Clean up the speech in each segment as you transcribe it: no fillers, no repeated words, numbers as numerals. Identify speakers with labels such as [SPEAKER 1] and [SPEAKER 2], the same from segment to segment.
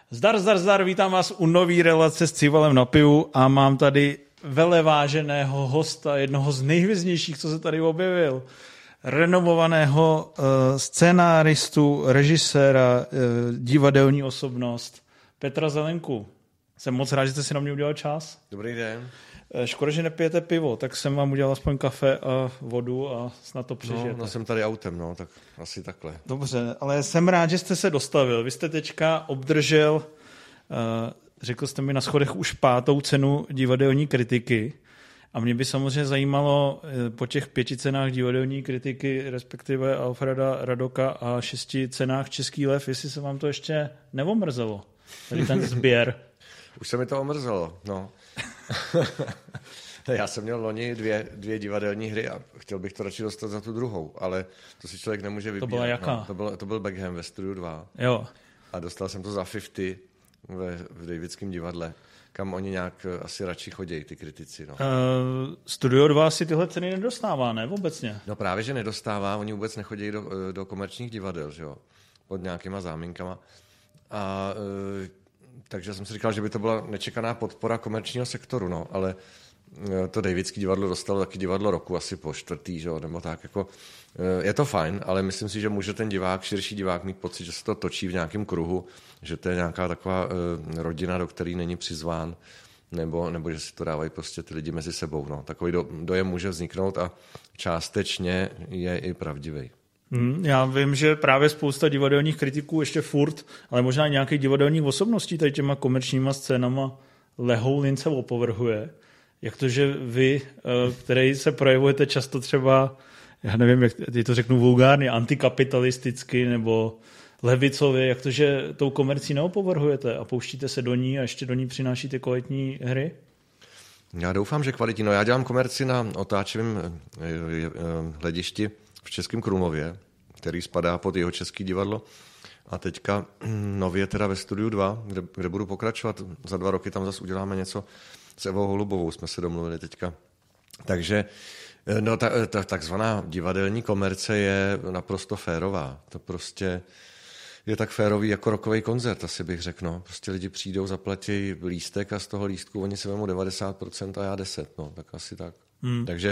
[SPEAKER 1] Zdar, vítám vás u nový relace s Civalem na pivu a mám tady veleváženého hosta, jednoho z nejhvězdnějších, co se tady objevil, renomovaného scénáristu, režiséra, divadelní osobnost Petra Zelenku. Jsem moc rád, že jste si na mě udělal čas.
[SPEAKER 2] Dobrý den.
[SPEAKER 1] Škoda, že nepijete pivo, tak jsem vám udělal aspoň kafe a vodu a snad to přežijete.
[SPEAKER 2] No jsem tady autem, tak asi takhle.
[SPEAKER 1] Dobře, ale jsem rád, že jste se dostavil. Vy jste teďka obdržel, řekl jste mi na schodech už 5. cenu divadelní kritiky a mě by samozřejmě zajímalo po těch 5 cenách divadelní kritiky, respektive Alfreda Radoka a 6 cenách Český lev, jestli se vám to ještě neomrzelo, tady ten sběr.
[SPEAKER 2] Už se mi to omrzelo, no. Já jsem měl loni dvě divadelní hry a chtěl bych to radši dostat za tu druhou, ale to si člověk nemůže vybírat.
[SPEAKER 1] To byla jaká?
[SPEAKER 2] No, to byl Beckham ve Studiu 2.
[SPEAKER 1] Jo.
[SPEAKER 2] A dostal jsem to za 50 v Davidském divadle, kam oni nějak asi radši chodějí, ty kritici. No.
[SPEAKER 1] Studio 2 si tyhle ceny nedostává, ne? Obecně.
[SPEAKER 2] No právě, že nedostává, oni vůbec nechodí do komerčních divadel, že jo, pod nějakýma záminkama. A takže jsem si říkal, že by to byla nečekaná podpora komerčního sektoru, no, ale to Davidské divadlo dostalo taky divadlo roku, asi po 4., že jo, nebo tak, jako je to fajn, ale myslím si, že může ten divák, širší divák mít pocit, že se to točí v nějakém kruhu, že to je nějaká taková rodina, do které není přizván, nebo že si to dávají prostě ty lidi mezi sebou, no. Takový dojem může vzniknout a částečně je i pravdivý.
[SPEAKER 1] Já vím, že právě spousta divadelních kritiků ještě furt, ale možná nějakých divadelních osobností tady těma komerčníma scénama lehou lince opovrhuje. Jak to, že vy, který se projevujete často třeba, já nevím, jak to řeknu vulgárně, antikapitalisticky nebo levicově, jak to, že tou komercí neopovrhujete a pouštíte se do ní a ještě do ní přinášíte kvalitní hry?
[SPEAKER 2] Já doufám, že kvalitní. No, já dělám komerci na otáčivém hledišti v Českém Krumlově, který spadá pod jeho český divadlo. A teďka nově teda ve Studiu 2, kde budu pokračovat. Za 2 roky tam zase uděláme něco s Evou Holubovou, jsme se domluvili teďka. Takže no, ta takzvaná divadelní komerce je naprosto férová. To prostě je tak férový jako rockový koncert, asi bych řekl. No. Prostě lidi přijdou, zaplatí lístek a z toho lístku oni si vemou 90% a já 10%. No, tak asi tak. Takže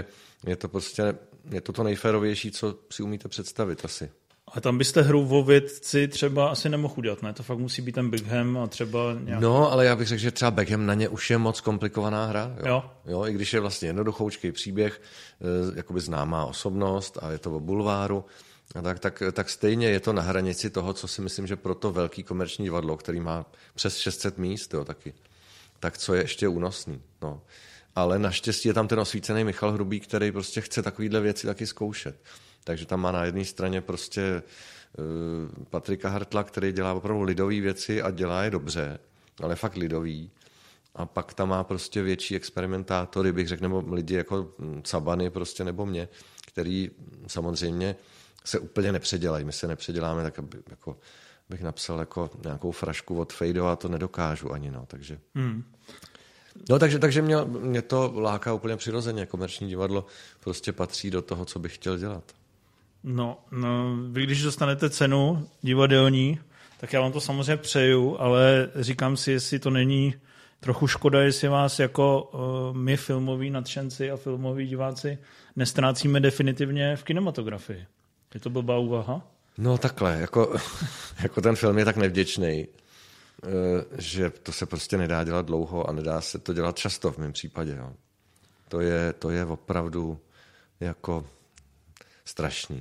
[SPEAKER 2] je to nejférovější, co si umíte představit asi.
[SPEAKER 1] A tam byste hru o vědci třeba asi nemohl udělat, ne? To fakt musí být ten Beckham a třeba nějak...
[SPEAKER 2] No, ale já bych řekl, že třeba Beckham na ně už je moc komplikovaná hra.
[SPEAKER 1] Jo,
[SPEAKER 2] i když je vlastně jednoduchoučký příběh, jakoby známá osobnost a je to o bulváru, tak stejně je to na hranici toho, co si myslím, že pro to velký komerční divadlo, který má přes 600 míst, jo, taky, tak co je ještě únosný, no. Ale naštěstí je tam ten osvícený Michal Hrubý, který prostě chce takovýhle věci taky zkoušet. Takže tam má na jedné straně prostě Patrika Hartla, který dělá opravdu lidové věci a dělá je dobře, ale fakt lidový. A pak tam má prostě větší experimentátory, bych řekl, nebo lidi jako Cabany prostě, nebo mě, který samozřejmě se úplně nepředělají. My se nepředěláme, tak jako bych napsal jako nějakou frašku od Fejdova, a to nedokážu ani, no, takže... No, takže mě to láká úplně přirozeně. Komerční divadlo prostě patří do toho, co bych chtěl dělat. No,
[SPEAKER 1] vy když dostanete cenu divadelní, tak já vám to samozřejmě přeju, ale říkám si, jestli to není trochu škoda, jestli vás jako my filmoví nadšenci a filmoví diváci nestrácíme definitivně v kinematografii. Je to blbá úvaha?
[SPEAKER 2] No takhle, jako ten film je tak nevděčný, že to se prostě nedá dělat dlouho a nedá se to dělat často v mém případě. Jo. To je opravdu jako strašný.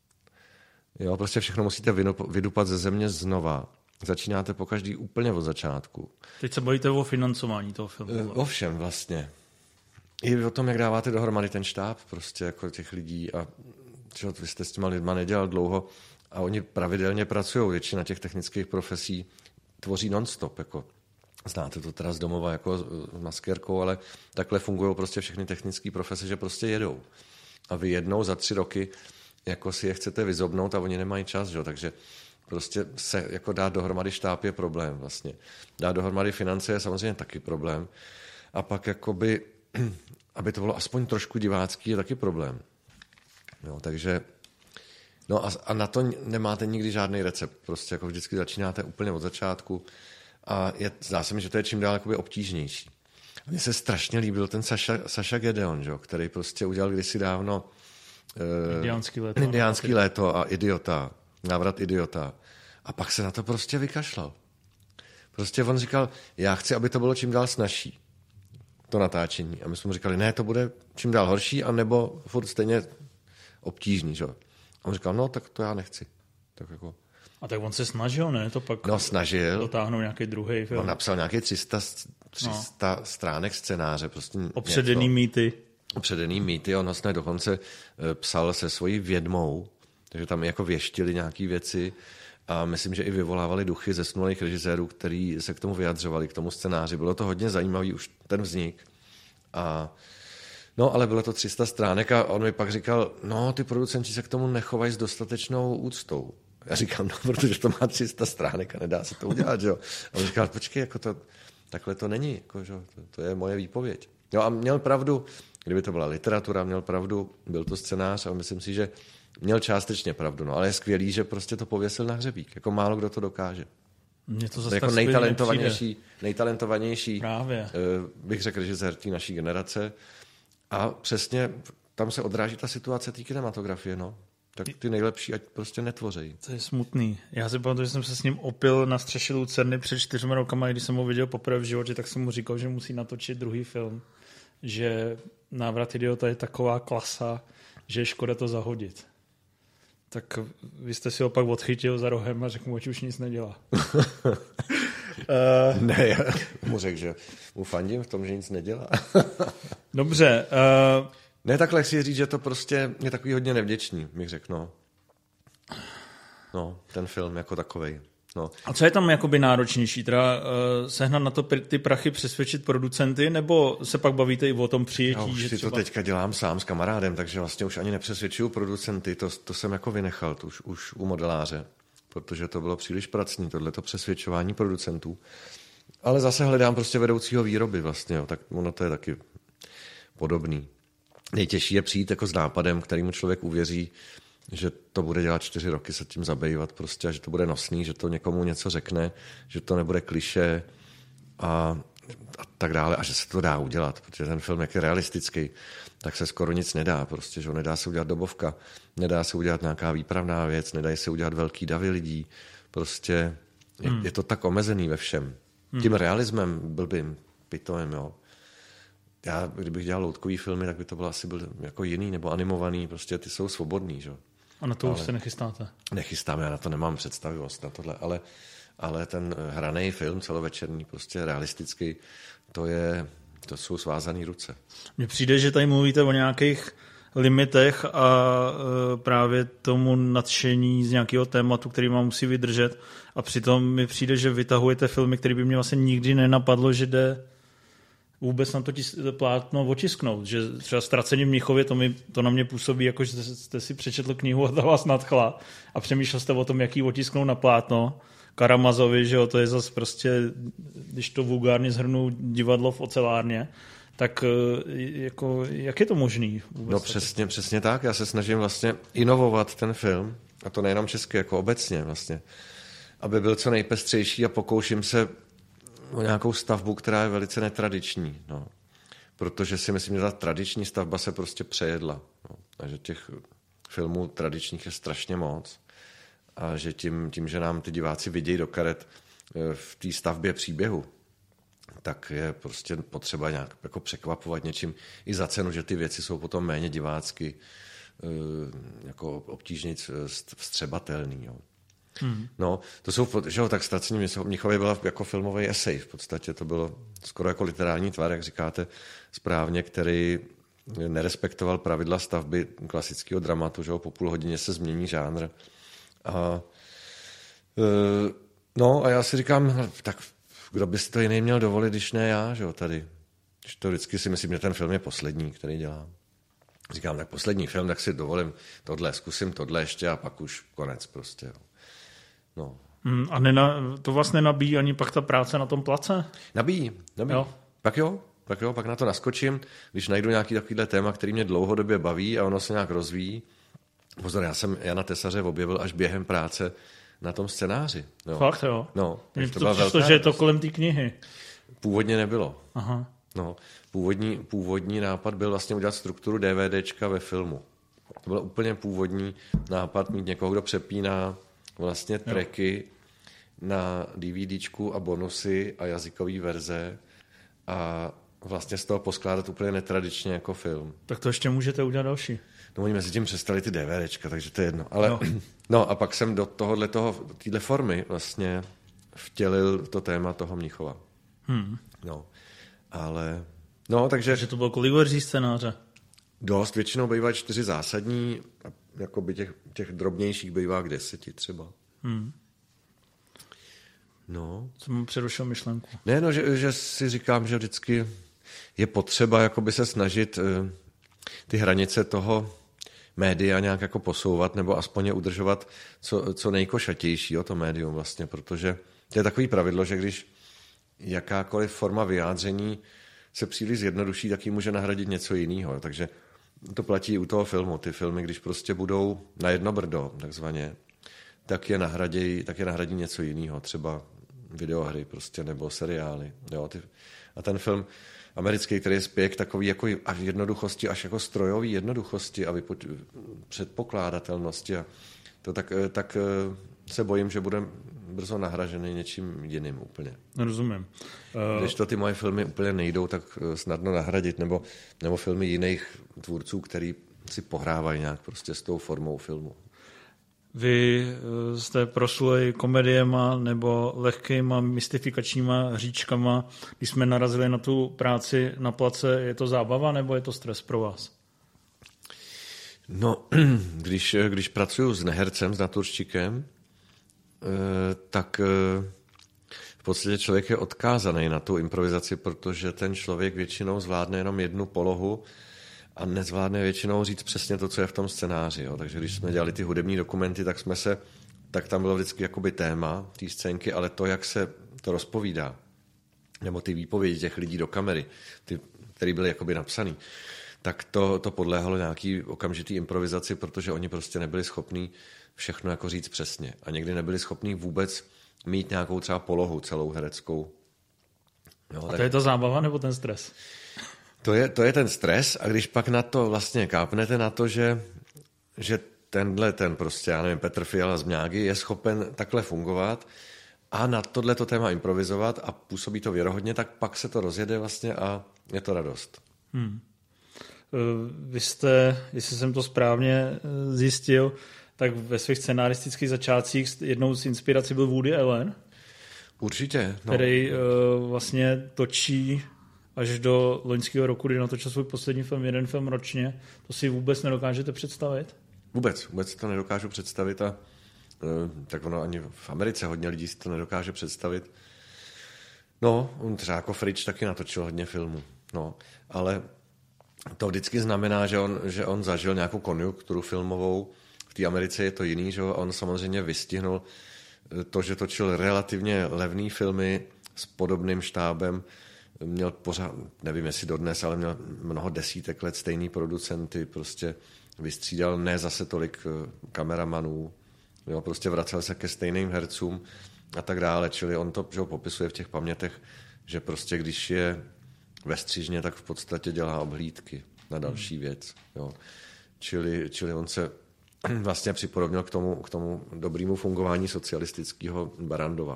[SPEAKER 2] Jo, prostě všechno musíte vydupat ze země znova. Začínáte pokaždý úplně od začátku.
[SPEAKER 1] Teď se bavíte o financování toho filmu.
[SPEAKER 2] O všem vlastně. I o tom, jak dáváte dohromady ten štáb prostě jako těch lidí a vy jste s těma lidma nedělal dlouho a oni pravidelně pracují. Většina těch technických profesí tvoří non-stop, jako znáte to teda z domova jako s maskérkou, ale takhle fungují prostě všechny technické profese, že prostě jedou. A vy jednou za 3 roky jako si je chcete vyzobnout a oni nemají čas, že? Takže prostě se jako dát dohromady štáb je problém vlastně. Dát dohromady finance je samozřejmě taky problém. A pak jakoby, aby to bylo aspoň trošku divácký, je taky problém. Jo, takže no a na to nemáte nikdy žádný recept. Prostě jako vždycky začínáte úplně od začátku a zdá se mi, že to je čím dál jakoby obtížnější. A mně se strašně líbil ten Saša Gedeon, že? Který prostě udělal kdysi dávno Indiánský léto a Idiota, návrat Idiota. A pak se na to prostě vykašlal. Prostě on říkal, já chci, aby to bylo čím dál snazší, to natáčení. A my jsme mu říkali, ne, to bude čím dál horší, anebo furt stejně obtížný, že? A on říkal, no, tak to já nechci. Tak jako...
[SPEAKER 1] A tak on se snažil, ne? To pak
[SPEAKER 2] snažil.
[SPEAKER 1] Dotáhnout nějaký druhý film.
[SPEAKER 2] On napsal nějaký 300 stránek scénáře. Prostě
[SPEAKER 1] Opředený mýty.
[SPEAKER 2] Opředený mýty. On vlastně dokonce psal se svojí vědmou, takže tam jako věštili nějaký věci a myslím, že i vyvolávali duchy zesnulých režisérů, kteří se k tomu vyjadřovali, k tomu scénáři. Bylo to hodně zajímavý už ten vznik. No, ale bylo to 300 stránek a on mi pak říkal, no, ty producenti se k tomu nechovají s dostatečnou úctou. Já říkám, no, protože to má 300 stránek a nedá se to udělat, že jo. A on říkal, počkej, jako to, takhle to není, jako, že? To je moje výpověď. Jo, a měl pravdu, kdyby to byla literatura, měl pravdu, byl to scénář a myslím si, že měl částečně pravdu, no, ale je skvělý, že prostě to pověsil na hřebík, jako málo kdo to dokáže.
[SPEAKER 1] Mně to zase
[SPEAKER 2] jako nejtalentovanější
[SPEAKER 1] právě.
[SPEAKER 2] Bych řekl, režisér té naší generace a přesně tam se odráží ta situace té kinematografie, no. Tak ty nejlepší, ať prostě netvořejí.
[SPEAKER 1] To je smutný. Já si pamatuju, že jsem se s ním opil na střeše Lucerny před 4 rokama, když jsem ho viděl poprvé v životě, tak jsem mu říkal, že musí natočit druhý film. Že Návrat Idiota je taková klasa, že je škoda to zahodit. Tak vy jste si ho pak odchytil za rohem a řekl mu, že už nic nedělá.
[SPEAKER 2] Ne, já mu řekl, že mu fandím v tom, že nic nedělá.
[SPEAKER 1] Dobře.
[SPEAKER 2] Ne, takhle chci říct, že to prostě je takový hodně nevděčný, bych řekl, no, ten film jako takovej. No.
[SPEAKER 1] A co je tam jakoby náročnější? Teda sehnat na to ty prachy, přesvědčit producenty, nebo se pak bavíte i o tom přijetí?
[SPEAKER 2] Já už si to teďka dělám sám s kamarádem, takže vlastně už ani nepřesvědčuju producenty, to jsem jako vynechal už u modeláře, protože to bylo příliš pracný, tohleto přesvědčování producentů. Ale zase hledám prostě vedoucího výroby vlastně, jo, tak ono to je taky podobný. Nejtěžší je přijít jako s nápadem, kterýmu člověk uvěří, že to bude dělat 4 roky, se tím zabývat prostě, a že to bude nosný, že to někomu něco řekne, že to nebude klišé a tak dále, a že se to dá udělat, protože ten film, jak je realistický, tak se skoro nic nedá, prostě, že nedá se udělat dobovka, nedá se udělat nějaká výpravná věc, nedá se udělat velký davy lidí, prostě je to tak omezený ve všem. Tím realismem blbým, pitovým, jo. Já, kdybych dělal loutkový filmy, tak by to bylo asi byl jako jiný nebo animovaný, prostě ty jsou svobodný, že?
[SPEAKER 1] A na to už se nechystáte?
[SPEAKER 2] Nechystám, já na to nemám představivost, na tohle, ale ten hraný film celovečerní, prostě realistický, to jsou svázané ruce. Mně
[SPEAKER 1] přijde, že tady mluvíte o nějakých limitech a právě tomu nadšení z nějakého tématu, který vám musí vydržet, a přitom mi přijde, že vytahujete filmy, které by mě vlastně nikdy nenapadlo, že jde vůbec na to plátno otisknout, že třeba Ztracení v Mnichově, to na mě působí, jako že jste si přečetl knihu a ta vás nadchla a přemýšlel jste o tom, jaký otisknout na plátno. Karamazovi, že jo, to je zase prostě, když to vulgárně shrnu, divadlo v ocelárně, tak jako, jak je to možný?
[SPEAKER 2] No přesně tak, já se snažím vlastně inovovat ten film, a to nejenom česky, jako obecně vlastně, aby byl co nejpestřejší a pokouším se o nějakou stavbu, která je velice netradiční. No. Protože si myslím, že ta tradiční stavba se prostě přejedla. No. A že těch filmů tradičních je strašně moc. A že tím, že nám ty diváci vidějí do karet v té stavbě příběhu, tak je prostě potřeba nějak jako překvapovat něčím i za cenu, že ty věci jsou potom méně divácky jako obtížnic vstřebatelný. Jo. No, to jsou, že jo, tak Ztracení v Mnichově byla jako filmový esej, v podstatě to bylo skoro jako literární tvar, jak říkáte správně, který nerespektoval pravidla stavby klasického dramatu, že jo, po půl hodině se změní žánr. No a já si říkám, tak kdo by si to jiný měl dovolit, když ne já, že jo, tady. Když to vždycky si myslím, že ten film je poslední, který dělám. Říkám, tak poslední film, tak si dovolím tohle, zkusím tohle ještě a pak už konec prostě, jo. No.
[SPEAKER 1] A to vlastně nabíjí ani pak ta práce na tom place?
[SPEAKER 2] Nabíjí. Jo. Pak na to naskočím, když najdu nějaký takovýhle téma, který mě dlouhodobě baví a ono se nějak rozvíjí. Pozor, já jsem Jana Tesaře objevil až během práce na tom scénáři. No.
[SPEAKER 1] Fakt jo?
[SPEAKER 2] No,
[SPEAKER 1] mně to přišlo, že je to kolem té knihy.
[SPEAKER 2] Původně nebylo.
[SPEAKER 1] Aha.
[SPEAKER 2] No, původní nápad byl vlastně udělat strukturu DVDčka ve filmu. To byl úplně původní nápad mít někoho, kdo přepíná vlastně tracky na DVDčku a bonusy a jazykové verze a vlastně z toho poskládat úplně netradičně jako film.
[SPEAKER 1] Tak to ještě můžete udělat další.
[SPEAKER 2] No oni mezi tím přestali ty DVDčka, takže to je jedno. Ale, no a pak jsem do téhle formy vlastně vtělil to téma toho Mnichova. No, ale... No, takže
[SPEAKER 1] to bylo kolik verzí scénáře?
[SPEAKER 2] Dost, většinou bývá 4 zásadní, a jakoby těch drobnějších bývá k 10 třeba. No.
[SPEAKER 1] Jsem přerušil myšlenku.
[SPEAKER 2] Ne, no, že si říkám, že vždycky je potřeba jakoby se snažit ty hranice toho média nějak jako posouvat, nebo aspoň je udržovat co nejkošatější to médium vlastně, protože to je takový pravidlo, že když jakákoliv forma vyjádření se příliš zjednoduší, tak ji může nahradit něco jiného. Takže to platí u toho filmu. Ty filmy, když prostě budou na jedno brdo, takzvaně, tak je nahradí něco jiného. Třeba videohry prostě, nebo seriály. Jo, a ten film americký, který je spěch takový jako až jednoduchosti, až jako strojový jednoduchosti a předpokládatelnosti. A to tak se bojím, že bude brzo nahražený něčím jiným úplně.
[SPEAKER 1] Rozumím.
[SPEAKER 2] Když to ty moje filmy úplně nejdou tak snadno nahradit, nebo filmy jiných tvůrců, který si pohrávají nějak prostě s tou formou filmu.
[SPEAKER 1] Vy jste prosluli komediema nebo lehkýma mystifikačníma hříčkama. Když jsme narazili na tu práci na place, je to zábava nebo je to stres pro vás?
[SPEAKER 2] No, když pracuju s nehercem, s naturščikem, tak v podstatě člověk je odkázaný na tu improvizaci, protože ten člověk většinou zvládne jenom jednu polohu a nezvládne většinou říct přesně to, co je v tom scénáři. Jo. Takže když jsme dělali ty hudební dokumenty, tak tam bylo vždycky jakoby téma té scénky, ale to, jak se to rozpovídá, nebo ty výpovědi těch lidí do kamery, které byly jakoby napsaný, tak to podléhalo nějaký okamžitý improvizaci, protože oni prostě nebyli schopní všechno jako říct přesně. A někdy nebyli schopní vůbec mít nějakou třeba polohu celou hereckou.
[SPEAKER 1] Jo, a to je ta zábava nebo ten stres?
[SPEAKER 2] To je ten stres a když pak na to vlastně kápnete na to, že ten prostě, já nevím, Petr Fiala z Mňágy je schopen takhle fungovat a na tohleto téma improvizovat a působí to věrohodně, tak pak se to rozjede vlastně a je to radost.
[SPEAKER 1] Vy jste, jestli jsem to správně zjistil, tak ve svých scenaristických začátcích jednou z inspirací byl Woody Allen.
[SPEAKER 2] Určitě. No.
[SPEAKER 1] Který vlastně točí až do loňského roku, kdy natočil svůj poslední film, jeden film ročně. To si vůbec nedokážete představit?
[SPEAKER 2] Vůbec to nedokážu představit a tak ono ani v Americe hodně lidí si to nedokáže představit. No, on třeba jako Fridge taky natočil hodně filmů. No, ale to vždycky znamená, že on zažil nějakou konjunkturu filmovou. V té Americe je to jiný, že on samozřejmě vystihnul to, že točil relativně levný filmy s podobným štábem. Měl pořád, nevím jestli dodnes, ale měl mnoho desítek let stejný producenty, prostě vystřídal ne zase tolik kameramanů, jo, prostě vracel se ke stejným hercům a tak dále, čili on to, že ho popisuje v těch pamětech, že prostě když je ve střižně, tak v podstatě dělá obhlídky na další věc, jo. Čili on se vlastně připodobnil k tomu dobrému fungování socialistického Barrandova.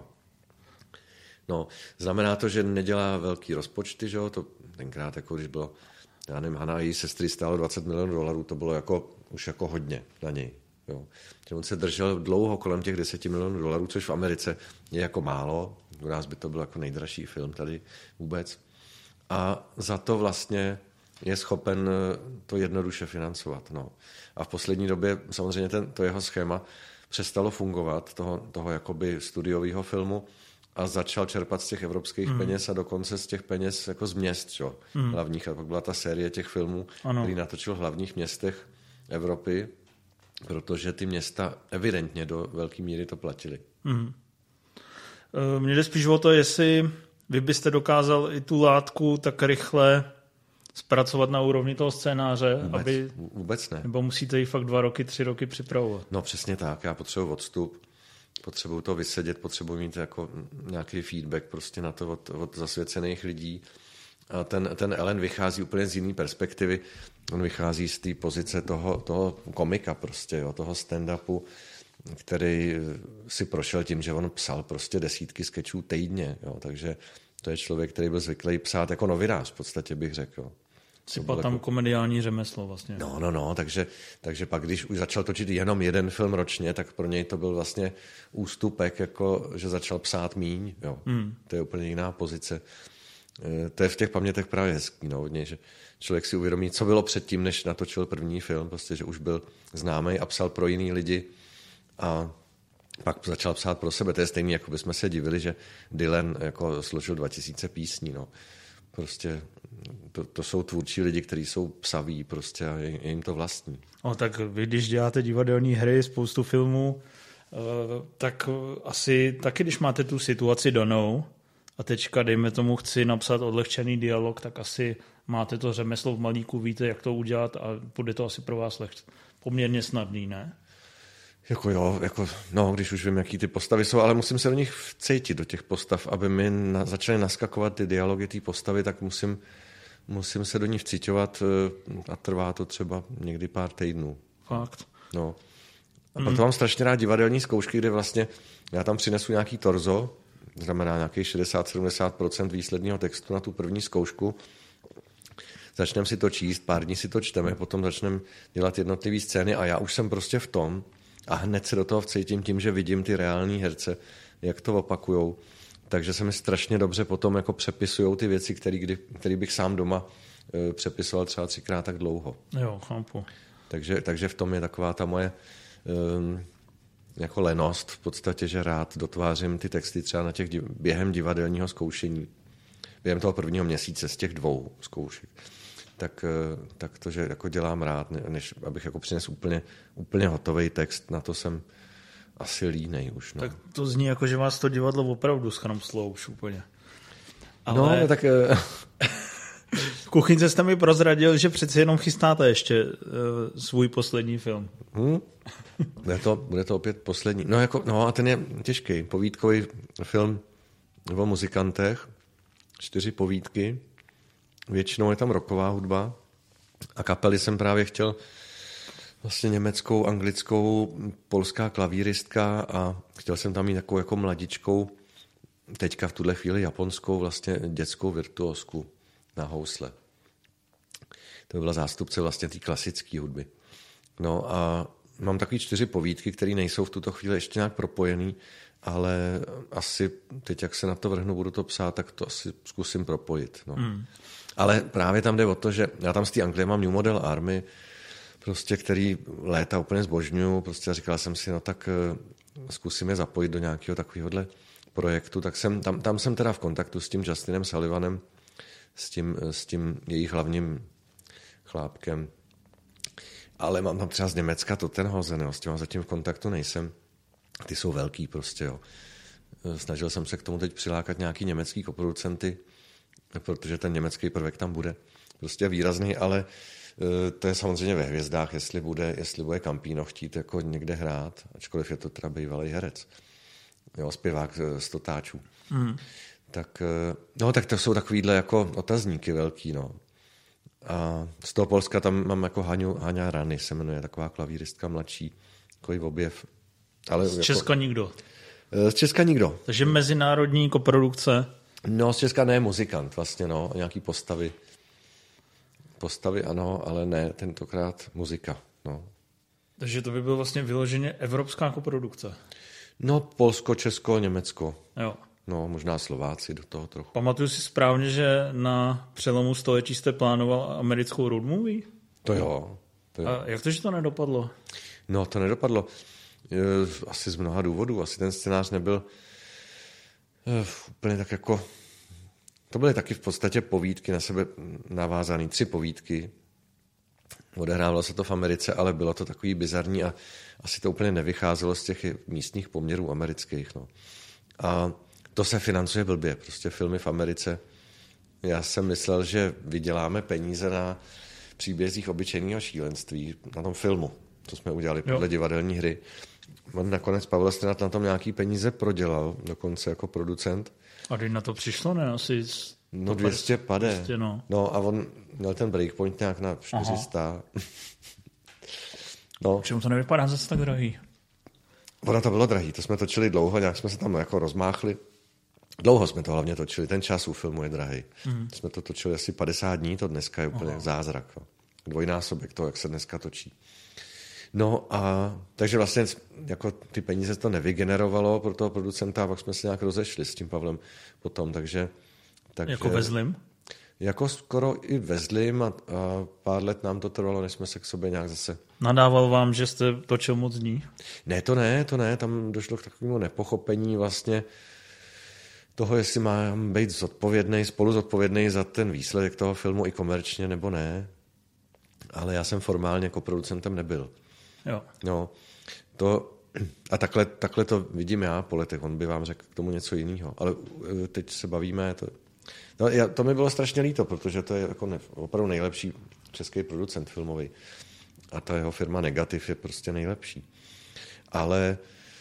[SPEAKER 2] No, znamená to, že nedělá velký rozpočty, že jo, to tenkrát, jako když bylo, já nevím, Hana a její sestry stálo $20 milionů, to bylo už jako hodně na něj, jo. Že on se držel dlouho kolem těch $10 milionů, což v Americe je jako málo, u nás by to byl jako nejdražší film tady vůbec. A za to vlastně je schopen to jednoduše financovat, no. A v poslední době samozřejmě to jeho schéma přestalo fungovat, toho jakoby studiového filmu, a začal čerpat z těch evropských peněz a dokonce z těch peněz jako z měst, čo? Hlavních. A pak byla ta série těch filmů, který natočil v hlavních městech Evropy, protože ty města evidentně do velké míry to platily.
[SPEAKER 1] Mně jde spíš o to, jestli vy byste dokázal i tu látku tak rychle zpracovat na úrovni toho scénáře,
[SPEAKER 2] vůbec ne.
[SPEAKER 1] Nebo musíte ji fakt 2 roky, 3 roky připravovat?
[SPEAKER 2] No přesně tak, já potřebuji odstup. potřebuju to vysedět, potřebuju mít jako nějaký feedback prostě na to od zasvěcených lidí. A ten Ellen vychází úplně z jiné perspektivy. On vychází z té pozice toho komika prostě, jo, toho stand-upu, který si prošel tím, že on psal prostě desítky skečů týdně, jo, takže to je člověk, který byl zvyklý psát jako novinář, v podstatě bych řekl.
[SPEAKER 1] Sypal tam jako komediální řemeslo vlastně.
[SPEAKER 2] No, takže pak, když už začal točit jenom jeden film ročně, tak pro něj to byl vlastně ústupek, jako, že začal psát míň, jo. To je úplně jiná pozice. To je v těch pamětech právě hezký, no, hodně, že člověk si uvědomí, co bylo předtím, než natočil první film, prostě, že už byl známý a psal pro jiný lidi a pak začal psát pro sebe. To je stejný, jako bychom se divili, že Dylan jako složil 2000 písní, no. Prostě to jsou tvůrčí lidi, kteří jsou psaví prostě a je jim to vlastní.
[SPEAKER 1] Tak vy, když děláte divadelní hry, spoustu filmů, tak asi taky, když máte tu situaci danou a teďka, dejme tomu, chci napsat odlehčený dialog, tak asi máte to řemeslo v malíku, víte, jak to udělat a bude to asi pro vás poměrně snadný, ne?
[SPEAKER 2] Když už vím, jaký ty postavy jsou, ale musím se do nich vcítit, do těch postav, aby mi začaly naskakovat ty dialogy té postavy, tak musím se do ní vcíťovat a trvá to třeba někdy pár týdnů.
[SPEAKER 1] Fakt.
[SPEAKER 2] No. A proto mám strašně rád divadelní zkoušky, kde vlastně já tam přinesu nějaký torzo, znamená nějakých 60-70% výsledného textu na tu první zkoušku. Začneme si to číst, pár dní si to čteme, potom začneme dělat jednotlivé scény a já už jsem prostě v tom a hned se do toho vcítím tím, že vidím ty reální herce, jak to opakujou. Takže se mi strašně dobře potom jako přepisujou ty věci, které bych sám doma přepisoval třeba 3krát tak dlouho.
[SPEAKER 1] Jo, chápu.
[SPEAKER 2] Takže v tom je taková ta moje jako lenost v podstatě, že rád dotvářím ty texty třeba během divadelního zkoušení. Během toho prvního měsíce z těch 2 zkoušek. Tak to, že jako dělám rád, než abych jako přines úplně hotový text, na to jsem asi línej už. No.
[SPEAKER 1] Tak to zní jako, že vás to divadlo opravdu schramslo už úplně.
[SPEAKER 2] Ale... No, tak...
[SPEAKER 1] V kuchynce jste mi prozradil, že přeci jenom chystáte ještě svůj poslední film.
[SPEAKER 2] Bude to opět poslední. A ten je těžký. Povídkový film o muzikantech. 4 povídky. Většinou je tam rocková hudba. A kapely jsem právě chtěl vlastně německou, anglickou, polská klavíristka a chtěl jsem tam mít takovou jako mladičkou, teďka v tuhle chvíli japonskou vlastně dětskou virtuózku na housle. To byla zástupce vlastně té klasické hudby. No a mám takový 4 povídky, které nejsou v tuto chvíli ještě nějak propojený, ale asi teď, jak se na to vrhnu, budu to psát, tak to asi zkusím propojit. No. Ale právě tam jde o to, že já tam z té Anglie mám New Model Army, prostě, který léta úplně zbožňuju, prostě říkal jsem si, no tak zkusím je zapojit do nějakého takovéhohle projektu, tak tam jsem teda v kontaktu s tím Justinem Sullivanem, s tím jejich hlavním chlápkem. Ale mám tam třeba z Německa Tottenhausen, jo, s tím zatím v kontaktu nejsem. Ty jsou velký prostě, jo. Snažil jsem se k tomu teď přilákat nějaký německý koproducenty, protože ten německý prvek tam bude prostě výrazný, ale to je samozřejmě ve hvězdách, jestli bude Campino chtít jako někde hrát, ačkoliv je to teda bývalý herec. Jo, zpěvák z Totáčů. Tak to jsou takovýhle jako otazníky velký, no. A z toho Polska tam mám jako Haňa Rany, se jmenuje, taková klavíristka mladší, takový objev. Ale
[SPEAKER 1] z Česka nikdo?
[SPEAKER 2] Z Česka nikdo.
[SPEAKER 1] Takže mezinárodní koprodukce?
[SPEAKER 2] No, z Česka ne, muzikant vlastně, no, nějaký postavy. Postavy ano, ale ne, tentokrát muzika, no.
[SPEAKER 1] Takže to by bylo vlastně vyloženě evropská koprodukce?
[SPEAKER 2] No, Polsko, Česko, Německo.
[SPEAKER 1] Jo.
[SPEAKER 2] No, možná Slováci do toho trochu.
[SPEAKER 1] Pamatuju si správně, že na přelomu století jste plánoval americkou road movie?
[SPEAKER 2] To jo.
[SPEAKER 1] A jak to, že to nedopadlo?
[SPEAKER 2] No, to nedopadlo. Asi z mnoha důvodů. Asi ten scénář nebyl úplně tak jako... To byly taky v podstatě povídky na sebe navázané, 3 povídky. Odehrávalo se to v Americe, ale bylo to takový bizarní a asi to úplně nevycházelo z těch místních poměrů amerických. No. A to se financuje blbě, prostě filmy v Americe. Já jsem myslel, že vyděláme peníze na příbězích obyčejného šílenství, na tom filmu, co jsme udělali podle divadelní hry. On nakonec Pavel Strenat na tom nějaký peníze prodělal, dokonce jako producent.
[SPEAKER 1] A když na to přišlo, ne? Asi...
[SPEAKER 2] No 200 pade.
[SPEAKER 1] 200, no.
[SPEAKER 2] No a on měl ten breakpoint nějak na 400. No.
[SPEAKER 1] Čemu to nevypadá zase tak drahý?
[SPEAKER 2] Ono to bylo drahý, to jsme točili dlouho, nějak jsme se tam jako rozmáchli. Dlouho jsme to hlavně točili, ten čas u filmu je drahý. Jsme to točili asi 50 dní, to dneska je úplně zázrak. Jo. Dvojnásobek toho, jak se dneska točí. No a takže vlastně jako ty peníze to nevygenerovalo pro toho producenta a pak jsme se nějak rozešli s tím Pavlem potom, takže
[SPEAKER 1] jako ve zlým?
[SPEAKER 2] Jako skoro i ve zlým a pár let nám to trvalo, než jsme se k sobě nějak zase... Nadával
[SPEAKER 1] vám, že jste točil moc dní?
[SPEAKER 2] Ne, to ne, tam došlo k takovému nepochopení vlastně toho, jestli mám být spolu zodpovědný za ten výsledek toho filmu i komerčně, nebo ne. Ale já jsem formálně jako producentem nebyl.
[SPEAKER 1] Jo.
[SPEAKER 2] No, a takhle to vidím já po letech, on by vám řekl k tomu něco jiného. Ale teď se bavíme, to mi bylo strašně líto, protože to je jako opravdu nejlepší český producent filmový. A ta jeho firma Negativ je prostě nejlepší. Ale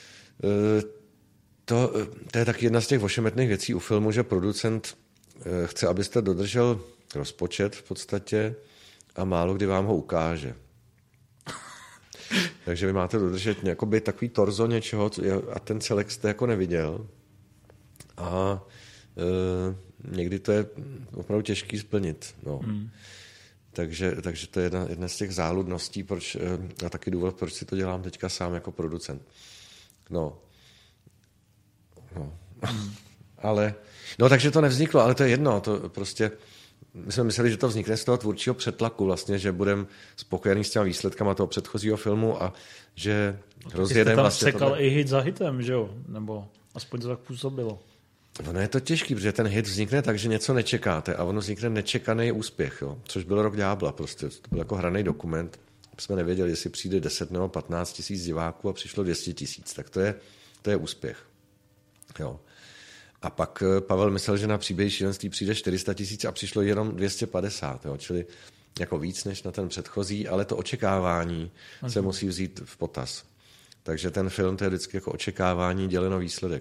[SPEAKER 2] to je taky jedna z těch ošemetných věcí u filmu, že producent chce, abyste dodržel rozpočet v podstatě a málo kdy vám ho ukáže. Takže vy máte dodržet jakoby takový torzo něčeho a ten celek jste jako neviděl. A někdy to je opravdu těžký splnit. No. Takže to je jedna z těch záludností a taky důvod, proč si to dělám teďka sám jako producent. No. Ale, takže to nevzniklo, ale to je jedno, to prostě, my jsme mysleli, že to vznikne z toho tvůrčího přetlaku vlastně, že budeme spokojení s těma výsledkama toho předchozího filmu a že rozjedeme vlastně...
[SPEAKER 1] Jste tam sekal i hit za hitem, že jo? Nebo aspoň to tak působilo.
[SPEAKER 2] Ono je to těžký, protože ten hit vznikne tak, že něco nečekáte a ono vznikne nečekaný úspěch, jo? Což byl Rok ďábla prostě, to byl jako hraný dokument, jsme nevěděli, jestli přijde 10 nebo 15 tisíc diváků a přišlo 200 tisíc, tak to je úspěch. Jo. A pak Pavel myslel, že na Příběhy šílenství přijde 400 tisíc a přišlo jenom 250, jo? Čili jako víc než na ten předchozí, ale to očekávání se musí vzít v potaz. Takže ten film to je vždycky jako očekávání děleno výsledek.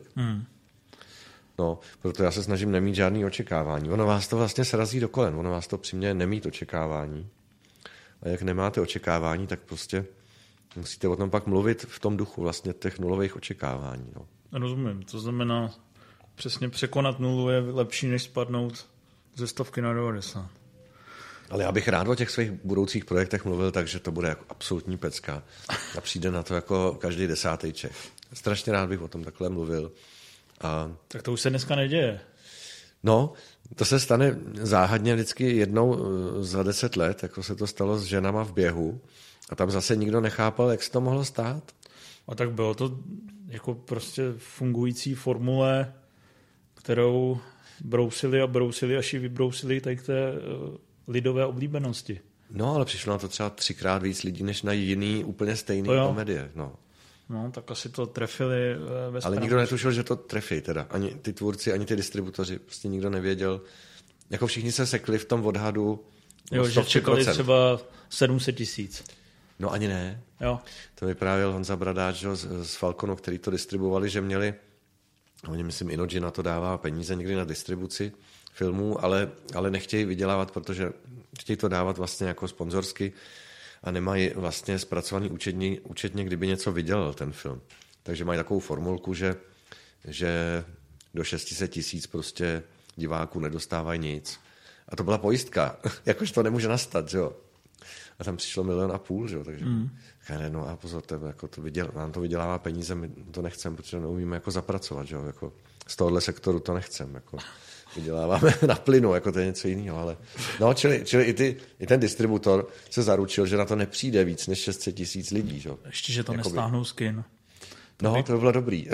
[SPEAKER 2] No, proto já se snažím nemít žádný očekávání. Ono vás to vlastně srazí do kolen, ono vás to přiměje nemít očekávání. A jak nemáte očekávání, tak prostě musíte o tom pak mluvit v tom duchu vlastně těch nulových očekávání. No.
[SPEAKER 1] Rozumím, to znamená přesně překonat nulu je lepší, než spadnout ze 100 na 90.
[SPEAKER 2] Ale já bych rád o těch svých budoucích projektech mluvil, takže to bude jako absolutní pecka. A přijde na to jako každý 10. Čech. Strašně rád bych o tom takhle mluvil.
[SPEAKER 1] Tak to už se dneska neděje.
[SPEAKER 2] No, to se stane záhadně vždycky jednou za 10 let, jako se to stalo s Ženama v běhu. A tam zase nikdo nechápal, jak se to mohlo stát.
[SPEAKER 1] A tak bylo to jako prostě fungující formule, kterou brousili, až ji vybrousili tady k té lidové oblíbenosti.
[SPEAKER 2] No, ale přišlo na to třeba 3krát víc lidí, než na jiný úplně stejný komedie.
[SPEAKER 1] No, tak asi to trefili ve
[SPEAKER 2] Ale nikdo netušil, že to trefí teda. Ani ty tvůrci, ani ty distributoři. Prostě nikdo nevěděl. Jako všichni se sekli v tom odhadu.
[SPEAKER 1] Jo, že čekali třeba 700 tisíc.
[SPEAKER 2] No ani ne.
[SPEAKER 1] Jo.
[SPEAKER 2] To vyprávěl Honza Bradáč z Falconu, který to distribuovali, že měli, oni myslím Inoji na to dává peníze někdy na distribuci filmů, ale nechtějí vydělávat, protože chtějí to dávat vlastně jako sponzorsky a nemají vlastně zpracovaný účetně, kdyby něco vydělal ten film. Takže mají takovou formulku, že do 600 tisíc prostě diváků nedostávají nic. A to byla pojistka, jakož to nemůže nastat, že jo. A tam přišlo 1,5 milionu, že jo, takže no a pozor, jako nám to vydělává peníze, my to nechcem, protože neumíme jako zapracovat, že jo, jako z tohohle sektoru to nechcem, jako vyděláváme na plynu, jako to je něco jiného, ale no, čili i ten distributor se zaručil, že na to nepřijde víc než 600 tisíc lidí, že jo.
[SPEAKER 1] Ještě, že to nestáhnou z kin.
[SPEAKER 2] No, to by bylo dobrý.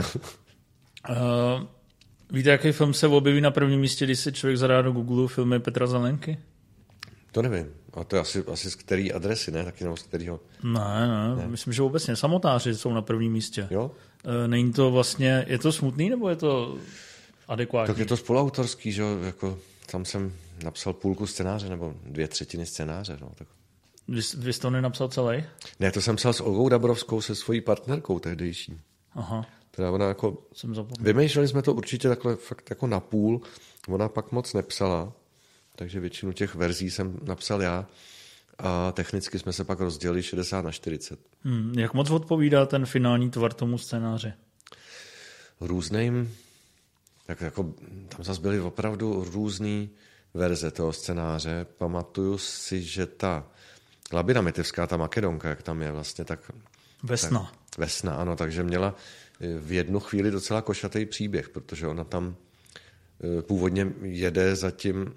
[SPEAKER 1] Víte, jaký film se objeví na prvním místě, když si člověk zadá do Google filmy Petra Zelenky?
[SPEAKER 2] To nevím. A to je asi z který adresy, ne? Taky nebo z kterého?
[SPEAKER 1] Ne. Myslím, že obecně samotáři jsou na prvním místě.
[SPEAKER 2] Jo?
[SPEAKER 1] Není to vlastně, je to smutný, nebo je to adekvátní?
[SPEAKER 2] Tak je to spoluautorský, že jo? Jako, tam jsem napsal půlku scénáře, nebo 2/3 scénáře. No, tak.
[SPEAKER 1] Vy jste to nenapsal celý?
[SPEAKER 2] Ne, to jsem psal s Olgou Dabrovskou, se svojí partnerkou tehdejší.
[SPEAKER 1] Aha.
[SPEAKER 2] Teda ona jako...
[SPEAKER 1] Jsem zapomněl.
[SPEAKER 2] Vymýšleli jsme to určitě takhle fakt jako na půl. Ona pak moc nepsala, takže většinu těch verzí jsem napsal já. A technicky jsme se pak rozdělili 60/40.
[SPEAKER 1] Jak moc odpovídá ten finální tvar tomu scénáři?
[SPEAKER 2] Různým, tak jako tam zase byly opravdu různý verze toho scénáře. Pamatuju si, že ta Labina Mitevská, ta Makedonka, jak tam je vlastně, tak...
[SPEAKER 1] Vesna.
[SPEAKER 2] Tak, Vesna, ano, takže měla v jednu chvíli docela košatý příběh, protože ona tam původně jede za tím,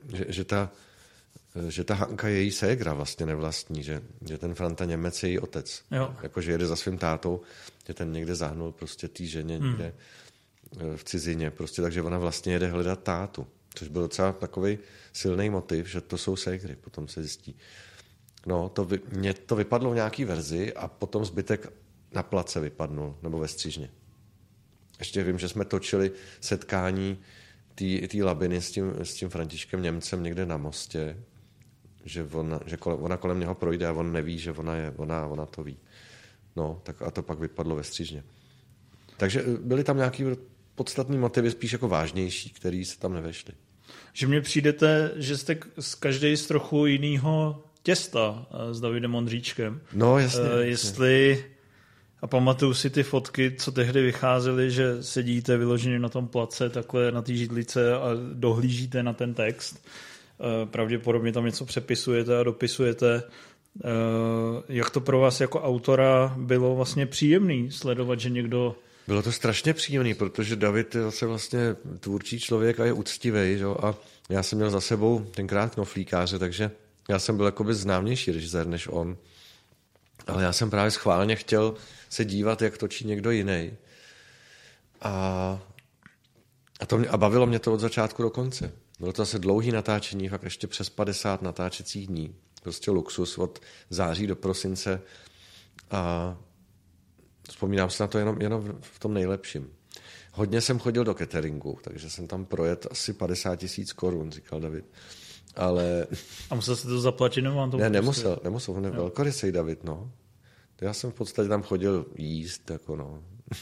[SPEAKER 2] že ta Hanka je její ségra vlastně nevlastní, že ten Franta Němec je její otec. Jakože jede za svým tátou, že ten někde zahnul prostě té ženě někde v cizině, prostě, takže ona vlastně jede hledat tátu, což byl docela takový silný motiv, že to jsou ségry, potom se zjistí. No, mně to vypadlo v nějaký verzi a potom zbytek na place vypadnul, nebo ve střižně. Ještě vím, že jsme točili setkání té Labiny s tím Františkem Němcem někde na mostě, že ona kolem něho projde a on neví, že ona to ví. No, tak a to pak vypadlo ve střižně. Takže byly tam nějaký podstatný motivy, spíš jako vážnější, který se tam nevešly.
[SPEAKER 1] Že mně přijdete, že jste každý z trochu jiného těsta s Davidem Ondříčkem.
[SPEAKER 2] No, jasně.
[SPEAKER 1] Jestli... A pamatuju si ty fotky, co tehdy vycházely, že sedíte vyloženě na tom place, takhle na té židlice a dohlížíte na ten text. Pravděpodobně tam něco přepisujete a dopisujete. Jak to pro vás jako autora bylo vlastně příjemný sledovat, že někdo...
[SPEAKER 2] Bylo to strašně příjemný, protože David je zase vlastně tvůrčí člověk a je úctivý, že? A já jsem měl za sebou tenkrát knoflíkáře, takže já jsem byl jakoby známější režisér než on. Ale já jsem právě schválně chtěl se dívat, jak točí někdo jiný. A bavilo mě to od začátku do konce. Bylo to zase dlouhý natáčení, fakt ještě přes 50 natáčecích dní. Prostě luxus od září do prosince. A vzpomínám se na to jenom v tom nejlepším. Hodně jsem chodil do cateringu, takže jsem tam projet asi 50 000 korun, říkal David. Ale...
[SPEAKER 1] A musel jste to zaplatit, nebo vám to...
[SPEAKER 2] Ne, nemusel, on je velkorysej David, no. Já jsem v podstatě tam chodil jíst, jako no.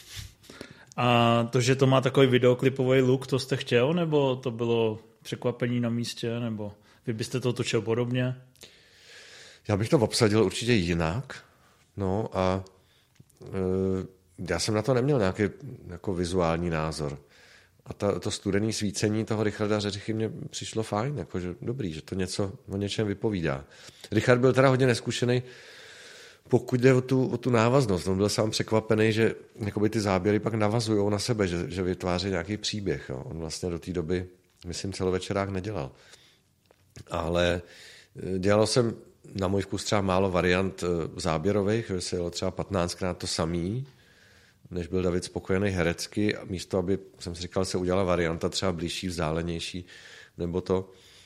[SPEAKER 1] A to, že to má takový videoklipový look, to jste chtěl, nebo to bylo překvapení na místě, nebo vy byste to točil podobně?
[SPEAKER 2] Já bych to obsadil určitě jinak, no a já jsem na to neměl nějaký jako vizuální názor. A to studené svícení toho Richarda Řeřichy mě přišlo fajn, jakože dobrý, že to něco o něčem vypovídá. Richard byl teda hodně neskušený, pokud jde o tu návaznost. On byl sám překvapený, že jakoby ty záběry pak navazují na sebe, že vytváří nějaký příběh. Jo. On vlastně do té doby, myslím, celovečerák nedělal. Ale dělal jsem na můj vkus třeba málo variant záběrových, že se jelo třeba 15krát to samý, než byl David spokojený herecky, a místo, aby, jsem si říkal, se udělala varianta třeba blížší, vzdálenější, nebo to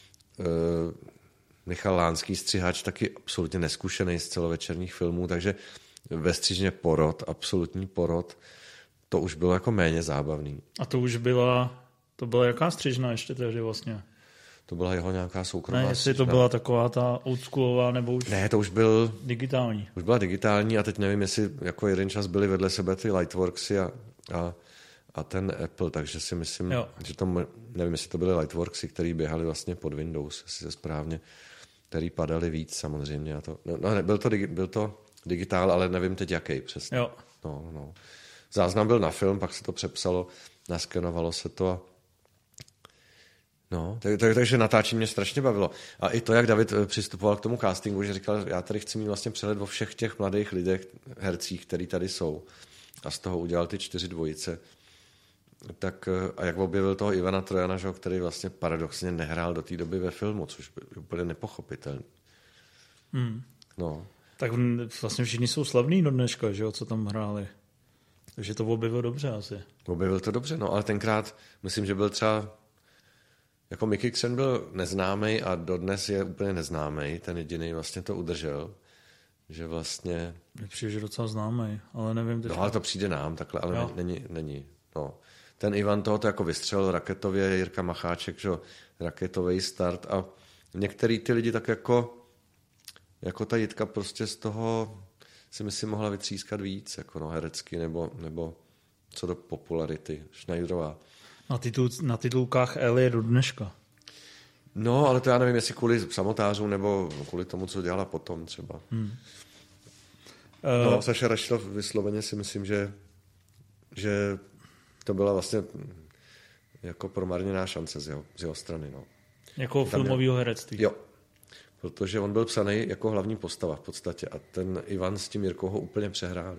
[SPEAKER 2] Michal Lánský, střihač, taky absolutně neskušený z celovečerních filmů, takže ve střižně porod, absolutní porod, to už bylo jako méně zábavný.
[SPEAKER 1] A to byla jaká střižna ještě tehdy vlastně?
[SPEAKER 2] To byla jeho nějaká soukromá střižna.
[SPEAKER 1] Jestli to byla taková ta oldschoolová, nebo už...
[SPEAKER 2] Ne, to už byl...
[SPEAKER 1] Digitální.
[SPEAKER 2] Už byla digitální a teď nevím, jestli jako jeden čas byly vedle sebe ty Lightworksy a ten Apple, takže si myslím, že to, nevím, jestli to byly Lightworksy, které běhaly vlastně pod Windows, jestli se správně, který padaly víc samozřejmě. A to, no, byl to digitál, ale nevím teď jaký přesně.
[SPEAKER 1] Jo.
[SPEAKER 2] No. Záznam byl na film, pak se to přepsalo, naskenovalo se to a no, takže natáčení mě strašně bavilo. A i to, jak David přistupoval k tomu castingu, že říkal, já tady chci mít vlastně přehled o všech těch mladých lidech, hercích, který tady jsou. A z toho udělal ty 4 dvojice. Tak, a jak objevil toho Ivana Trojana, že, který vlastně paradoxně nehrál do té doby ve filmu, což byl úplně nepochopitelný. No.
[SPEAKER 1] Tak vlastně všichni jsou slavní do dneška, že jo, co tam hráli. Takže to objevil dobře asi.
[SPEAKER 2] Objevil to dobře, no, ale tenkrát myslím, že byl třeba jako Mickey Xen byl neznámý a dodnes je úplně neznámý, ten jediný vlastně to udržel, že vlastně...
[SPEAKER 1] Mně přijde, že docela známý, ale nevím...
[SPEAKER 2] No, ale to přijde nám takhle, ale není. No. Ten Ivan tohoto jako vystřelil raketově, Jirka Macháček, že raketový start a některý ty lidi tak jako jako ta Jitka prostě z toho si myslím mohla vytřískat víc, jako no, herecky nebo co do popularity. Schneiderová.
[SPEAKER 1] Na titulkách L je do dneška.
[SPEAKER 2] No, ale to já nevím, jestli kvůli samotářům nebo kvůli tomu, co dělala potom třeba. No, Saša Rašlov vysloveně si myslím, že to byla vlastně jako promarněná šance z jeho strany. No.
[SPEAKER 1] Jako filmového herectví.
[SPEAKER 2] Jo, protože on byl psaný jako hlavní postava v podstatě a ten Ivan s tím Jirkou ho úplně přehráli.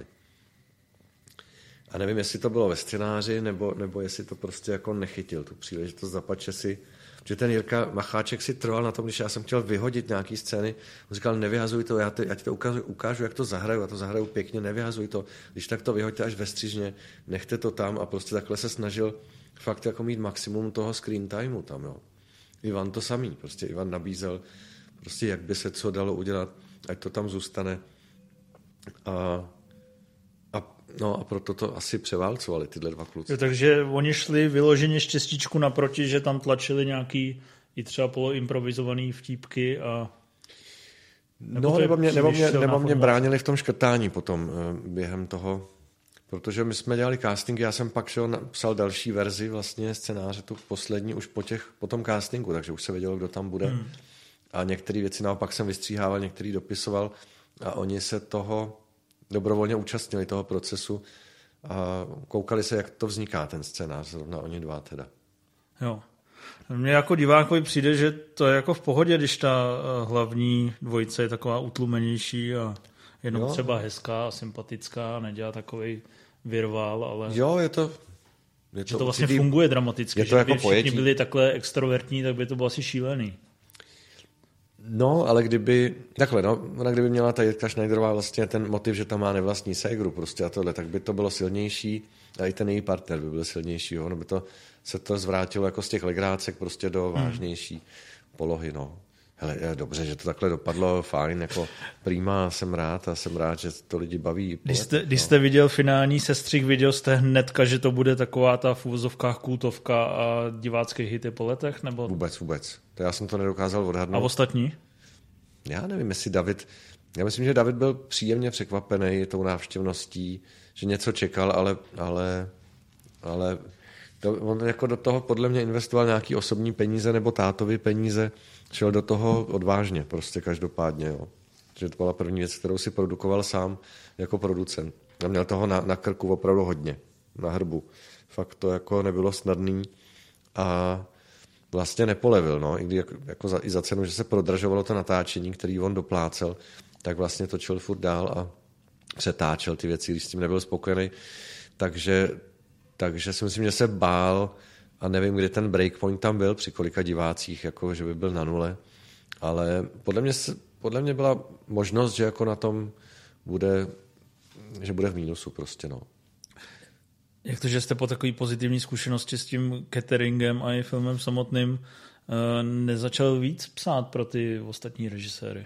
[SPEAKER 2] A nevím, jestli to bylo ve scénáři, nebo jestli to prostě jako nechytil tu příležitost zapače si. Protože ten Jirka Macháček si trval na tom, když já jsem chtěl vyhodit nějaký scény. On říkal, nevyhazuj to, já ti to ukážu, jak to zahraju. Já to zahraju pěkně, nevyhazuj to. Když tak to vyhoďte až ve střižně, nechte to tam a prostě takhle se snažil fakt jako mít maximum toho screen timeu tam. Jo. Ivan to samý. Prostě Ivan nabízel, prostě jak by se co dalo udělat, ať to tam zůstane. No a proto to asi převálcovali tyhle dva kluci.
[SPEAKER 1] Jo, takže oni šli vyloženě štěstíčku naproti, že tam tlačili nějaký i třeba poloimprovizovaný vtípky a...
[SPEAKER 2] Nebo mě bránili v tom škrtání potom během toho, protože my jsme dělali casting, já jsem pak psal další verzi vlastně scénáře, tu poslední už po tom castingu, takže už se vědělo, kdo tam bude. A některé věci naopak jsem vystříhával, některý dopisoval a oni se toho dobrovolně účastnili toho procesu a koukali se, jak to vzniká, ten scénář, zrovna oni dva teda.
[SPEAKER 1] Jo. Mně jako divákovi přijde, že to je jako v pohodě, když ta hlavní dvojice je taková utlumenější a jenom třeba hezká a sympatická, nedělá takovej virvál, ale...
[SPEAKER 2] Jo, je to
[SPEAKER 1] že to vlastně funguje dramaticky,
[SPEAKER 2] že jako
[SPEAKER 1] kdyby všichni byli takhle extrovertní, tak by to bylo asi šílený.
[SPEAKER 2] No, ale ona kdyby měla ta Jitka Schneiderová vlastně ten motiv, že tam má nevlastní ségru prostě a tohle, tak by to bylo silnější a i ten její partner by byl silnější. Ono by se to zvrátilo jako z těch legrácek prostě do vážnější polohy, no. Hele, je dobře, že to takhle dopadlo, fajn, jako prima, jsem rád, že to lidi baví.
[SPEAKER 1] Když jste viděl finální sestřih, viděl jste hnedka, že to bude taková ta v úvozovkách kultovka a divácké hity po letech? Nebo...
[SPEAKER 2] Vůbec. To já jsem to nedokázal odhadnout.
[SPEAKER 1] A ostatní?
[SPEAKER 2] Já nevím, jestli já myslím, že David byl příjemně překvapený tou návštěvností, že něco čekal, ale on jako do toho podle mě investoval nějaký osobní peníze nebo tátovi peníze, šel do toho odvážně, prostě každopádně. Jo. Že to byla první věc, kterou si produkoval sám jako producent. A měl toho na krku opravdu hodně, na hrbu. Fakt to jako nebylo snadný a vlastně nepolevil, no. I za cenu, že se prodražovalo to natáčení, který on doplácel, tak vlastně točil furt dál a přetáčel ty věci, když s tím nebyl spokojený. Takže si myslím, že se bál a nevím, kdy ten breakpoint tam byl, při kolika divácích, jako, že by byl na nule. Ale podle mě byla možnost, že jako na tom bude v mínusu prostě, no.
[SPEAKER 1] Jak to, že jste po takové pozitivní zkušenosti s tím cateringem a i filmem samotným nezačal víc psát pro ty ostatní režiséry?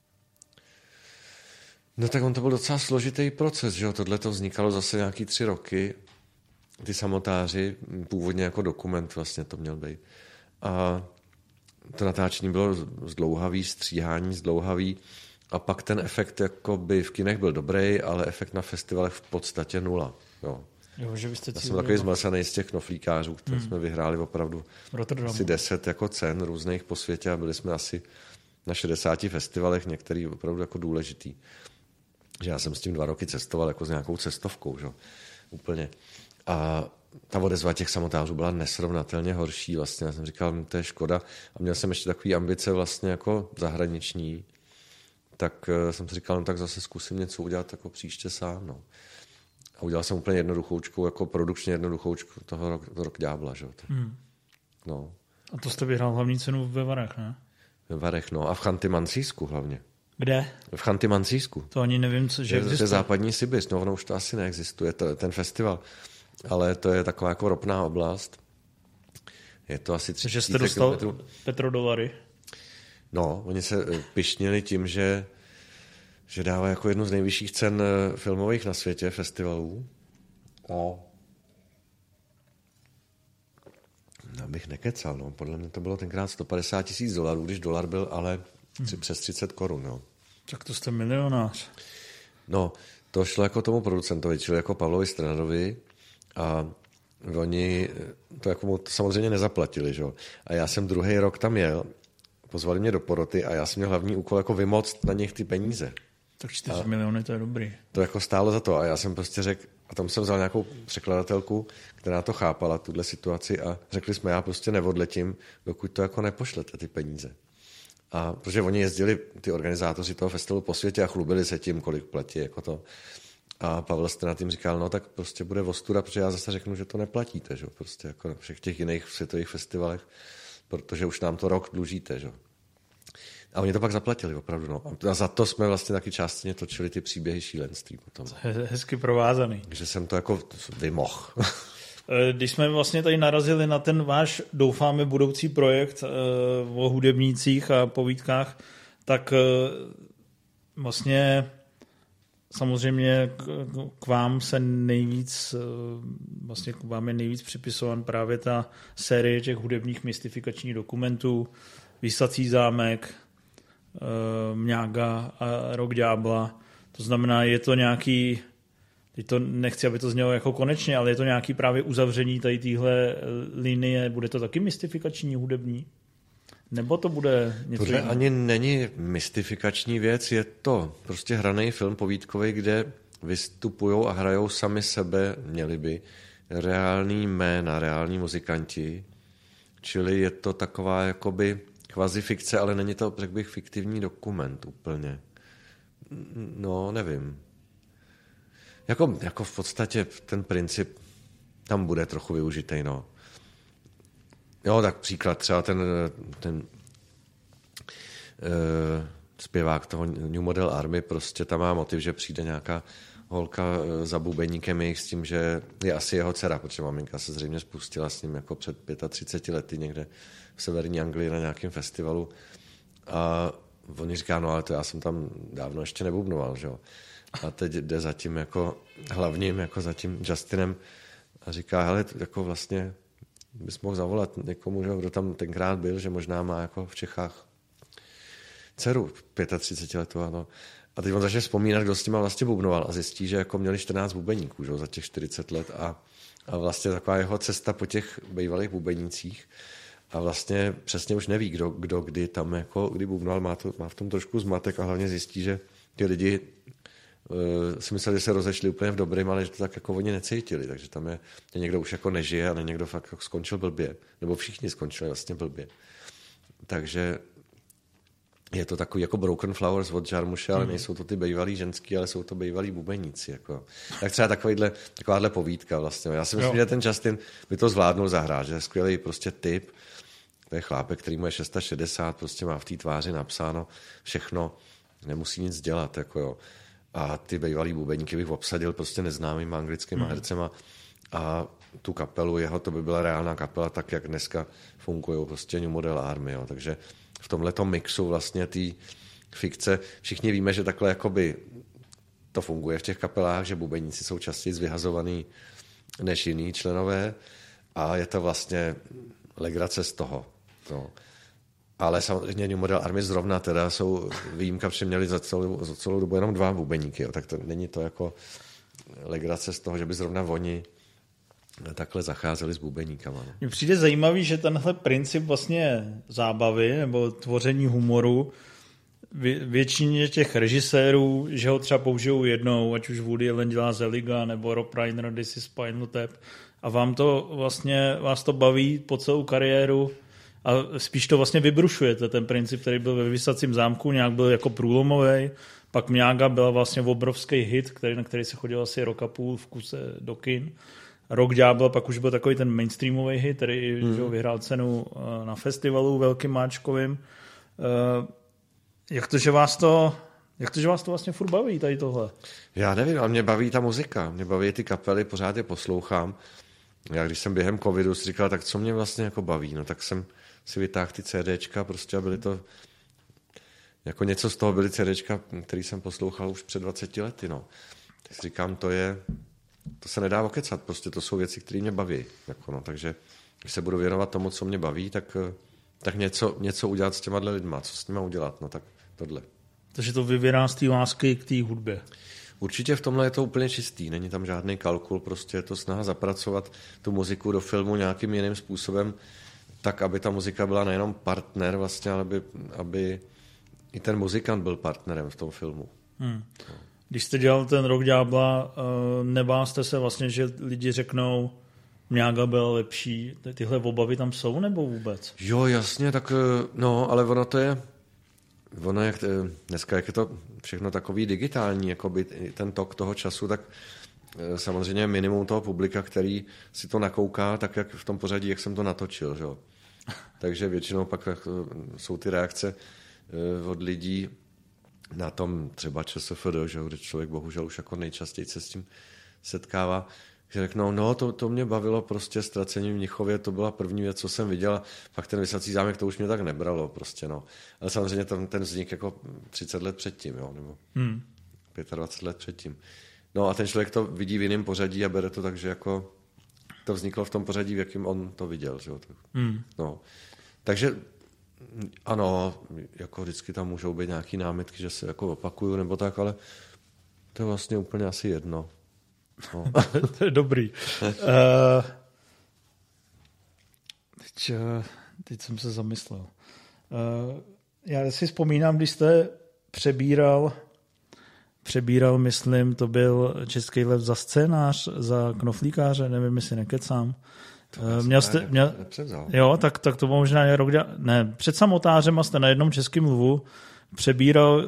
[SPEAKER 2] No tak on to byl docela složitý proces, že jo, tohle to vznikalo zase nějaký 3 roky, ty samotáři, původně jako dokument vlastně to měl být. A to natáčení bylo zdlouhavý, stříhání zdlouhavý a pak ten efekt jakoby v kinech byl dobrý, ale efekt na festivalech v podstatě 0, jo.
[SPEAKER 1] Jo, že
[SPEAKER 2] já jsem takový zmlsaný z těch knoflíkářů, které jsme vyhráli opravdu asi 10 jako cen různých po světě a byli jsme asi na 60 festivalech, některý opravdu jako důležitý. Že já jsem s tím 2 roky cestoval jako s nějakou cestovkou, že? Úplně. A ta odezva těch samotářů byla nesrovnatelně horší vlastně. Já jsem říkal, to je škoda. A měl jsem ještě takový ambice vlastně jako zahraniční. Tak jsem si říkal, no tak zase zkusím něco udělat jako příště sám, no. A udělal jsem úplně jednoduchoučku, jako produkčně jednoduchoučku toho Rok ďábla, že? No.
[SPEAKER 1] A to jste vyhrál hlavní cenu ve Varech, ne?
[SPEAKER 2] Ve Varech, no. A v Chanty-Mansijsku hlavně.
[SPEAKER 1] Kde?
[SPEAKER 2] V Chanty-Mansijsku.
[SPEAKER 1] To ani nevím, že existuje.
[SPEAKER 2] To je západní Sibiř, no ono už to asi neexistuje, ten festival. Ale to je taková jako ropná oblast. Je to asi 30
[SPEAKER 1] 000 jste dostal petrodolary?
[SPEAKER 2] No, oni se pyšnili tím, že dává jako jednu z nejvyšších cen filmových na světě, festivalů. Abych nekecal, no. Podle mě to bylo tenkrát $150,000, když dolar byl ale přes 30 korun, no.
[SPEAKER 1] Tak to jste milionář.
[SPEAKER 2] No, to šlo jako tomu producentovi, čili jako Pavlovi Strnadovi a oni to jako mu samozřejmě nezaplatili, že? A já jsem druhý rok tam jel, pozvali mě do poroty a já jsem měl hlavní úkol jako vymoct na nich ty peníze.
[SPEAKER 1] Tak 4 miliony, to je dobrý.
[SPEAKER 2] To jako stálo za to a já jsem prostě řekl, a tam jsem vzal nějakou překladatelku, která to chápala, tuhle situaci a řekli jsme, já prostě neodletím, dokud to jako nepošlete ty peníze. A protože oni jezdili, ty organizátoři toho festivalu po světě a chlubili se tím, kolik platí jako to. A Pavel Strnad jim říkal, no tak prostě bude ostuda, protože já zase řeknu, že to neplatíte, že? Prostě jako na všech těch jiných světových festivalech, protože už nám to rok dlužíte, že? A oni to pak zaplatili opravdu, no. A za to jsme vlastně taky částečně točili ty příběhy šílenství potom.
[SPEAKER 1] Hezky provázaný.
[SPEAKER 2] Takže jsem to jako vymohl.
[SPEAKER 1] Když jsme vlastně tady narazili na ten váš, doufáme, budoucí projekt o hudebnících a povídkách, tak vlastně samozřejmě k vám se nejvíc, vlastně k vám je nejvíc připisovan právě ta série těch hudebních mystifikačních dokumentů, Výsací zámek, Mňága a Rok ďábla. To znamená, je to nějaký, teď to nechci, aby to znělo jako konečně, ale je to nějaký právě uzavření tady téhle linie. Bude to taky mystifikační hudební? Nebo to bude něco
[SPEAKER 2] jiného? To ani není mystifikační věc, je to prostě hraný film povídkový, kde vystupují a hrajou sami sebe, měli by, reální jména, reální muzikanti. Čili je to taková jakoby kvazi fikce, ale není to, řekl bych, fiktivní dokument úplně. No, nevím. Jako v podstatě ten princip tam bude trochu využitej, no. Jo, tak příklad, třeba ten zpěvák toho New Model Army, prostě tam má motiv, že přijde nějaká holka za bubeníkem jejich s tím, že je asi jeho dcera, protože maminka se zřejmě spustila s ním jako před 35 lety někde v severní Anglii na nějakém festivalu a oni říká, no ale to já jsem tam dávno ještě nebubnoval, že jo. A teď jde za tím jako hlavním, jako za tím Justinem a říká, hele, jako vlastně bys mohl zavolat někomu, že, kdo tam tenkrát byl, že možná má jako v Čechách dceru 35 letou, ano. A teď on začne vzpomínat, kdo s tím vlastně bubnoval a zjistí, že jako měli 14 bubeníků, že, za těch 40 let a vlastně taková jeho cesta po těch bývalých bubenících a vlastně přesně už neví, kdo kdy tam jako, kdy bubnoval, má v tom trošku zmatek a hlavně zjistí, že ty lidi si mysleli, že se rozešli úplně v dobrým, ale že to tak jako oni necítili, takže tam je někdo už jako nežije a někdo fakt jako skončil blbě, nebo všichni skončili vlastně blbě. Takže je to takový jako Broken Flowers od Jarmuše, ale nejsou to ty bývalí ženský, ale jsou to bývalí bubeníci. Jako. Tak třeba takováhle povídka vlastně. Já si myslím, že ten Justin by to zvládnul zahrát, že je skvělý prostě typ. To je chlápek, který mu je 660, prostě má v té tváři napsáno všechno, nemusí nic dělat. Jako jo. A ty bývalý bubeníky bych obsadil prostě neznámýma anglickýma hercema a tu kapelu jeho, to by byla reálná kapela, tak jak dneska fungují prostě New Model Army. Jo. Takže v tomhletom mixu vlastně té fikce, všichni víme, že takhle jakoby to funguje v těch kapelách, že bubeníci jsou častěji vyhazovaný než jiný členové a je to vlastně legrace z toho. No. Ale samozřejmě New Model Army zrovna teda jsou výjimka, protože měli za celou dobu jenom 2 bubeníky, jo. Tak to není to jako legrace z toho, že by zrovna oni takhle zacházeli s bubeníkama. No.
[SPEAKER 1] Mně přijde zajímavý, že tenhle princip vlastně zábavy nebo tvoření humoru většině těch režisérů, že ho třeba použijou jednou, ať už Woody Allen dělá Zeliga nebo Rob Reiner, This is Spinal Tap a vás to baví po celou kariéru a spíš to vlastně vybrušujete, ten princip, který byl ve Vysacím zámku, nějak byl jako průlomový, pak Mňága byla vlastně obrovský hit, na který se chodil asi rok a půl v kuse do kin. Rok ďábla pak už byl takový ten mainstreamový hit, který vyhrál cenu na festivalu velkým máčkovým. Jak to, že vás to vlastně furt baví tady tohle?
[SPEAKER 2] Já nevím, ale mě baví ta muzika, mě baví ty kapely, pořád je poslouchám. Já když jsem během covidu si říkal, tak co mě vlastně jako baví, no tak jsem si vytáhl ty CDčka prostě a byly to jako něco z toho byly CDčka, který jsem poslouchal už před 20 lety, no. Tak si říkám, to se nedá okecat, prostě to jsou věci, které mě baví, jako no, takže když se budu věnovat tomu, co mě baví, tak něco udělat s těma lidma, co s nima udělat, no tak tohle.
[SPEAKER 1] Takže to vyvěrá z té lásky k té hudbě.
[SPEAKER 2] Určitě v tomhle je to úplně čistý, není tam žádný kalkul, prostě je to snaha zapracovat tu muziku do filmu nějakým jiným způsobem, tak, aby ta muzika byla nejenom partner vlastně, ale aby i ten muzikant byl partnerem v tom filmu.
[SPEAKER 1] Když jste dělal ten Rok ďábla, nebál jste se vlastně, že lidi řeknou, Mňága byl lepší, tyhle obavy tam jsou nebo vůbec?
[SPEAKER 2] Jo, jasně, tak no, ale ono je dneska, jak je to všechno takový digitální, jako by ten tok toho času, tak samozřejmě minimum toho publika, který si to nakouká, tak jak v tom pořadí, jak jsem to natočil, že? Takže většinou pak jsou ty reakce od lidí na tom třeba ČSFD, že? Kde člověk bohužel už jako nejčastěji se s tím setkává, že řeknou, no to mě bavilo prostě Ztracení v Mnichově, to byla první věc, co jsem viděl, pak ten Visací zámek, to už mě tak nebralo prostě, no. Ale samozřejmě ten vznik jako 30 let předtím, jo, nebo 25 let předtím. No a ten člověk to vidí v jiném pořadí a bere to tak, že jako to vzniklo v tom pořadí, v jakém on to viděl, že jo. No. Takže ano, jako vždycky tam můžou být nějaký námitky, že se jako opakuju nebo tak, ale to je vlastně úplně asi jedno. No.
[SPEAKER 1] To je dobrý. Teď jsem se zamyslel. Já si vzpomínám, když jste přebíral, myslím, to byl Český lev za scénář, za Knoflíkáře, nevím, jestli nekecám.
[SPEAKER 2] Nepřevzal.
[SPEAKER 1] Jo, tak to možná je rok... Ne, před Samotářem jste na jednom Českém lvu přebíral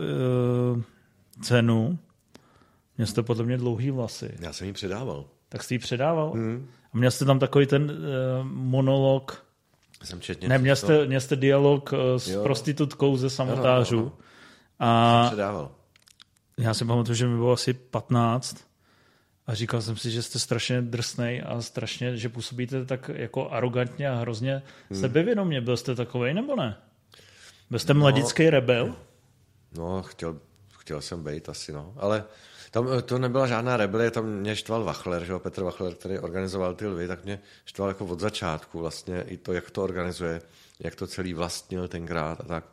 [SPEAKER 1] cenu. Měl jste podle mě dlouhý vlasy.
[SPEAKER 2] Já jsem jí předával.
[SPEAKER 1] Tak jste jí předával? A měl jste tam takový ten monolog... Ne, měl jste dialog s prostitutkou ze Samotářů.
[SPEAKER 2] Ano.
[SPEAKER 1] A
[SPEAKER 2] jsem předával.
[SPEAKER 1] Já si pamatuju, že mi bylo asi 15 a říkal jsem si, že jste strašně drsnej a strašně, že působíte tak jako arrogantně a hrozně sebevědomě. Byl jste takovej nebo ne? Byl jste mladický rebel?
[SPEAKER 2] No, chtěl jsem být asi, no. Ale tam to nebyla žádná rebelie, tam mě štval Wachler, že jo, Petr Wachler, který organizoval ty lvy, tak mě štval jako od začátku vlastně i to, jak to organizuje, jak to celý vlastnil tenkrát a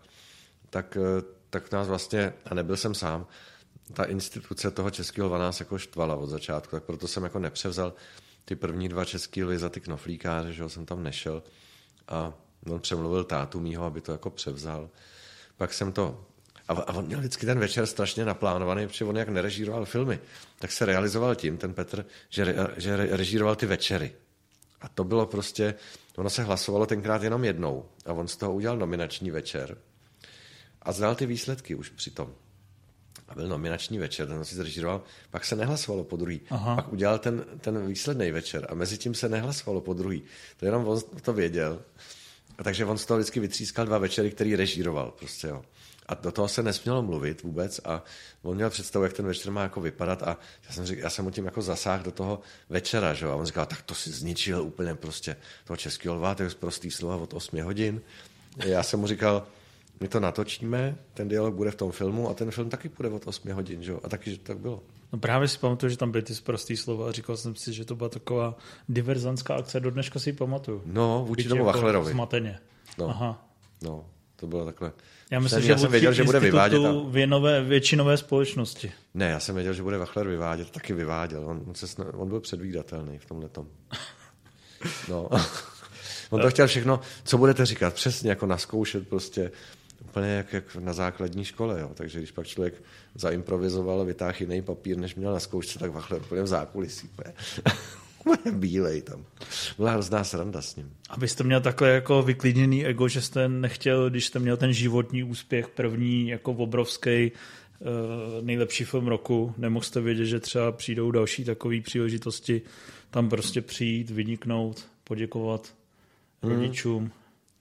[SPEAKER 2] tak nás vlastně, a nebyl jsem sám, ta instituce toho Českého lva nás jako štvala od začátku, tak proto jsem jako nepřevzal ty první 2 český lvy za ty Knoflíkáře, že jo, jsem tam nešel a on přemluvil tátu mýho, aby to jako převzal. Pak jsem to... A on měl vždycky ten večer strašně naplánovaný, protože on jak nerežíroval filmy, tak se realizoval tím, ten Petr, že režíroval ty večery. A to bylo prostě... Ono se hlasovalo tenkrát jenom jednou a on z toho udělal nominační večer a zdal ty výsledky už přitom. A byl nominační večer, ten si zrežíroval, pak se nehlasovalo po druhý. Aha. Pak udělal ten výsledný večer a mezi tím se nehlasovalo po druhý. To jenom on to věděl. A takže on z toho vždycky vytřískal 2 večery, který režíroval. Prostě, jo. A do toho se nesmělo mluvit vůbec a on měl představu, jak ten večer má jako vypadat a já jsem mu tím jako zasáhl do toho večera, že? A on říkal, tak to si zničil úplně prostě toho Českého lva, to je prostý slova od 8 hodin. A já jsem mu říkal, my to natočíme, ten dialog bude v tom filmu a ten film taky bude od 8 hodin, že? A taky, že tak bylo.
[SPEAKER 1] No právě si pamatuju, že tam byly ty prostý slova a říkal jsem si, že to byla taková diverzantská akce, do dneška si ji pamatuju.
[SPEAKER 2] No, vůči tomu Wachlerovi.
[SPEAKER 1] Zmateně.
[SPEAKER 2] No.
[SPEAKER 1] Aha.
[SPEAKER 2] No, to bylo takhle.
[SPEAKER 1] Já myslím, že
[SPEAKER 2] jsem věděl, že bude vyvádět.
[SPEAKER 1] Většinové společnosti.
[SPEAKER 2] Ne, já jsem věděl, že bude Wachler vyvádět, taky vyváděl. On byl předvídatelný v tomhletom. No. On to chtěl všechno, co budete říkat, přesně jako naskoušet prostě úplně jak na základní škole. Jo. Takže když pak člověk zaimprovizoval a vytáhl jiný papír, než měl na zkoušce, tak Wachler úplně v zákulisí. Bílej tam. Byla hrozná sranda s ním.
[SPEAKER 1] Abyste měl takhle jako vyklidněný ego, že jste nechtěl, když jste měl ten životní úspěch první, jako obrovský nejlepší film roku, nemohl jste vědět, že třeba přijdou další takové příležitosti, tam prostě přijít, vyniknout, poděkovat rodičům.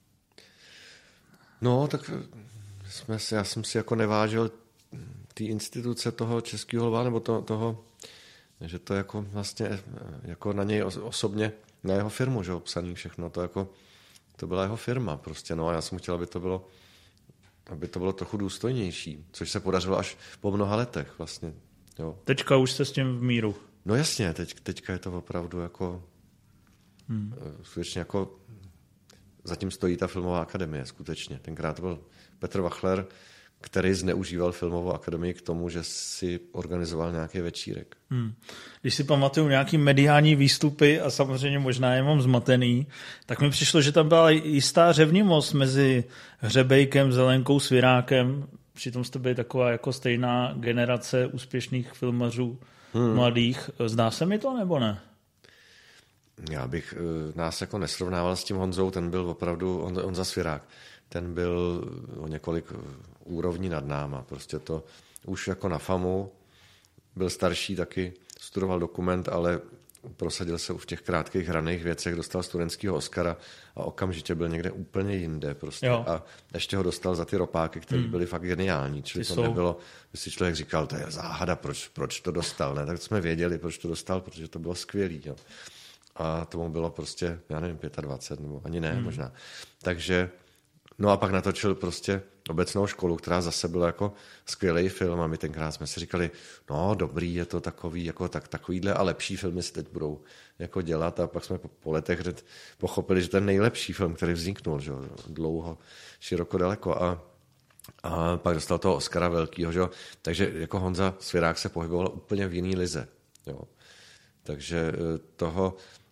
[SPEAKER 2] No, tak já jsem si jako nevážil ty instituce toho Českého lva, nebo toho, že to jako vlastně jako na něj osobně, na jeho firmu, že psaný všechno, to byla jeho firma prostě, no a já jsem chtěl, aby to bylo trochu důstojnější, což se podařilo až po mnoha letech vlastně, jo.
[SPEAKER 1] Teďka už jste s tím v míru.
[SPEAKER 2] No jasně, teďka je to opravdu jako skutečně jako zatím stojí ta filmová akademie, skutečně. Tenkrát byl Petr Wachler, který zneužíval filmovou akademii k tomu, že si organizoval nějaký večírek.
[SPEAKER 1] Když si pamatuju nějaký mediální výstupy a samozřejmě možná je mám zmatený, tak mi přišlo, že tam byla jistá řevnivost mezi Hřebejkem, Zelenkou, Svirákem. Přitom jste byli taková jako stejná generace úspěšných filmařů mladých. Zdá se mi to, nebo ne?
[SPEAKER 2] Já bych nás jako nesrovnával s tím Honzou, ten byl opravdu, Honza Svirák, ten byl o několik úrovní nad náma. Prostě to už jako na FAMu, byl starší taky, studoval dokument, ale prosadil se v těch krátkých hraných věcech, dostal studentského Oscara a okamžitě byl někde úplně jinde. Prostě. A ještě ho dostal za ty ropáky, které byly fakt geniální. Čili to nebylo, když si člověk říkal, to je záhada, proč to dostal. Ne? Tak jsme věděli, proč to dostal, protože to bylo skvělý. Jo. A tomu bylo prostě, já nevím, 25, nebo ani ne, možná. Takže, no a pak natočil prostě Obecnou školu, která zase byla jako skvělý film a my tenkrát jsme si říkali, no dobrý, je to takový, jako takovýhle a lepší filmy se teď budou jako dělat a pak jsme po letech pochopili, že ten nejlepší film, který vzniknul, že, dlouho, široko, daleko a pak dostal toho Oscara velkýho, že? Takže jako Honza Svirák se pohyboval úplně v jiný lize. Jo. Takže toho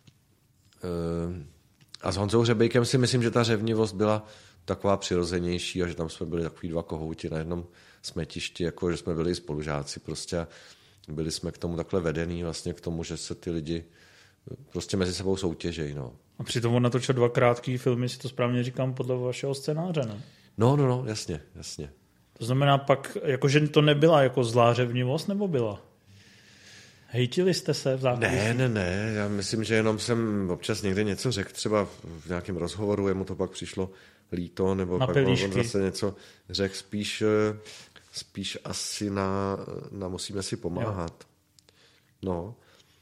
[SPEAKER 2] a s Honzou Hřebejkem si myslím, že ta řevnivost byla taková přirozenější a že tam jsme byli takový dva kohouti na jednom smetišti, jako že jsme byli spolužáci prostě a byli jsme k tomu takhle vedený vlastně k tomu, že se ty lidi prostě mezi sebou soutěžejí. No.
[SPEAKER 1] A přitom on natočil 2 krátký filmy, si to správně říkám, podle vašeho scénáře, ne?
[SPEAKER 2] No, jasně.
[SPEAKER 1] To znamená pak, jakože to nebyla jako zlá řevnivost, nebo byla? Hejtili jste se v zákulisí?
[SPEAKER 2] Ne, já myslím, že jenom jsem občas někde něco řekl, třeba v nějakém rozhovoru, jemu to pak přišlo líto, nebo pak on zase něco řekl, spíš asi na musíme si pomáhat. Jo.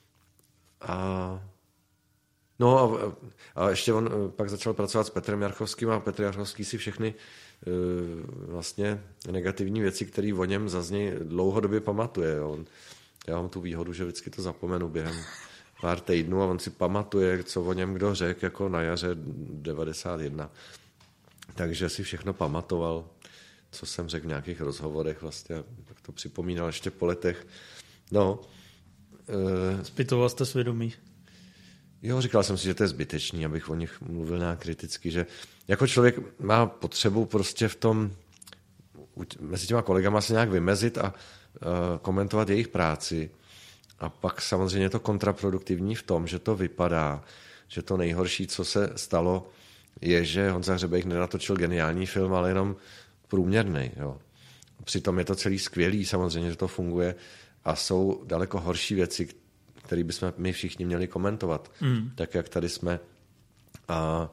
[SPEAKER 2] A ještě on pak začal pracovat s Petrem Jarchovským a Petr Jarchovský si všechny vlastně negativní věci, které o něm zaznějí, dlouhodobě pamatuje. Já mám tu výhodu, že vždycky to zapomenu během pár týdnů a on si pamatuje, co o něm kdo řekl, jako na jaře 91. Takže si všechno pamatoval, co jsem řekl v nějakých rozhovorech vlastně, tak to připomínal ještě po letech. No.
[SPEAKER 1] Zpytoval jste svědomí?
[SPEAKER 2] Jo, říkal jsem si, že to je zbytečný, abych o nich mluvil nějak kriticky, že jako člověk má potřebu prostě v tom mezi těma kolegama se nějak vymezit a komentovat jejich práci. A pak samozřejmě je to kontraproduktivní v tom, že to vypadá, že to nejhorší, co se stalo, je, že Honza Hřebejk nenatočil geniální film, ale jenom průměrný. Jo. Přitom je to celý skvělý, samozřejmě, že to funguje a jsou daleko horší věci, které bychom my všichni měli komentovat, tak jak tady jsme. A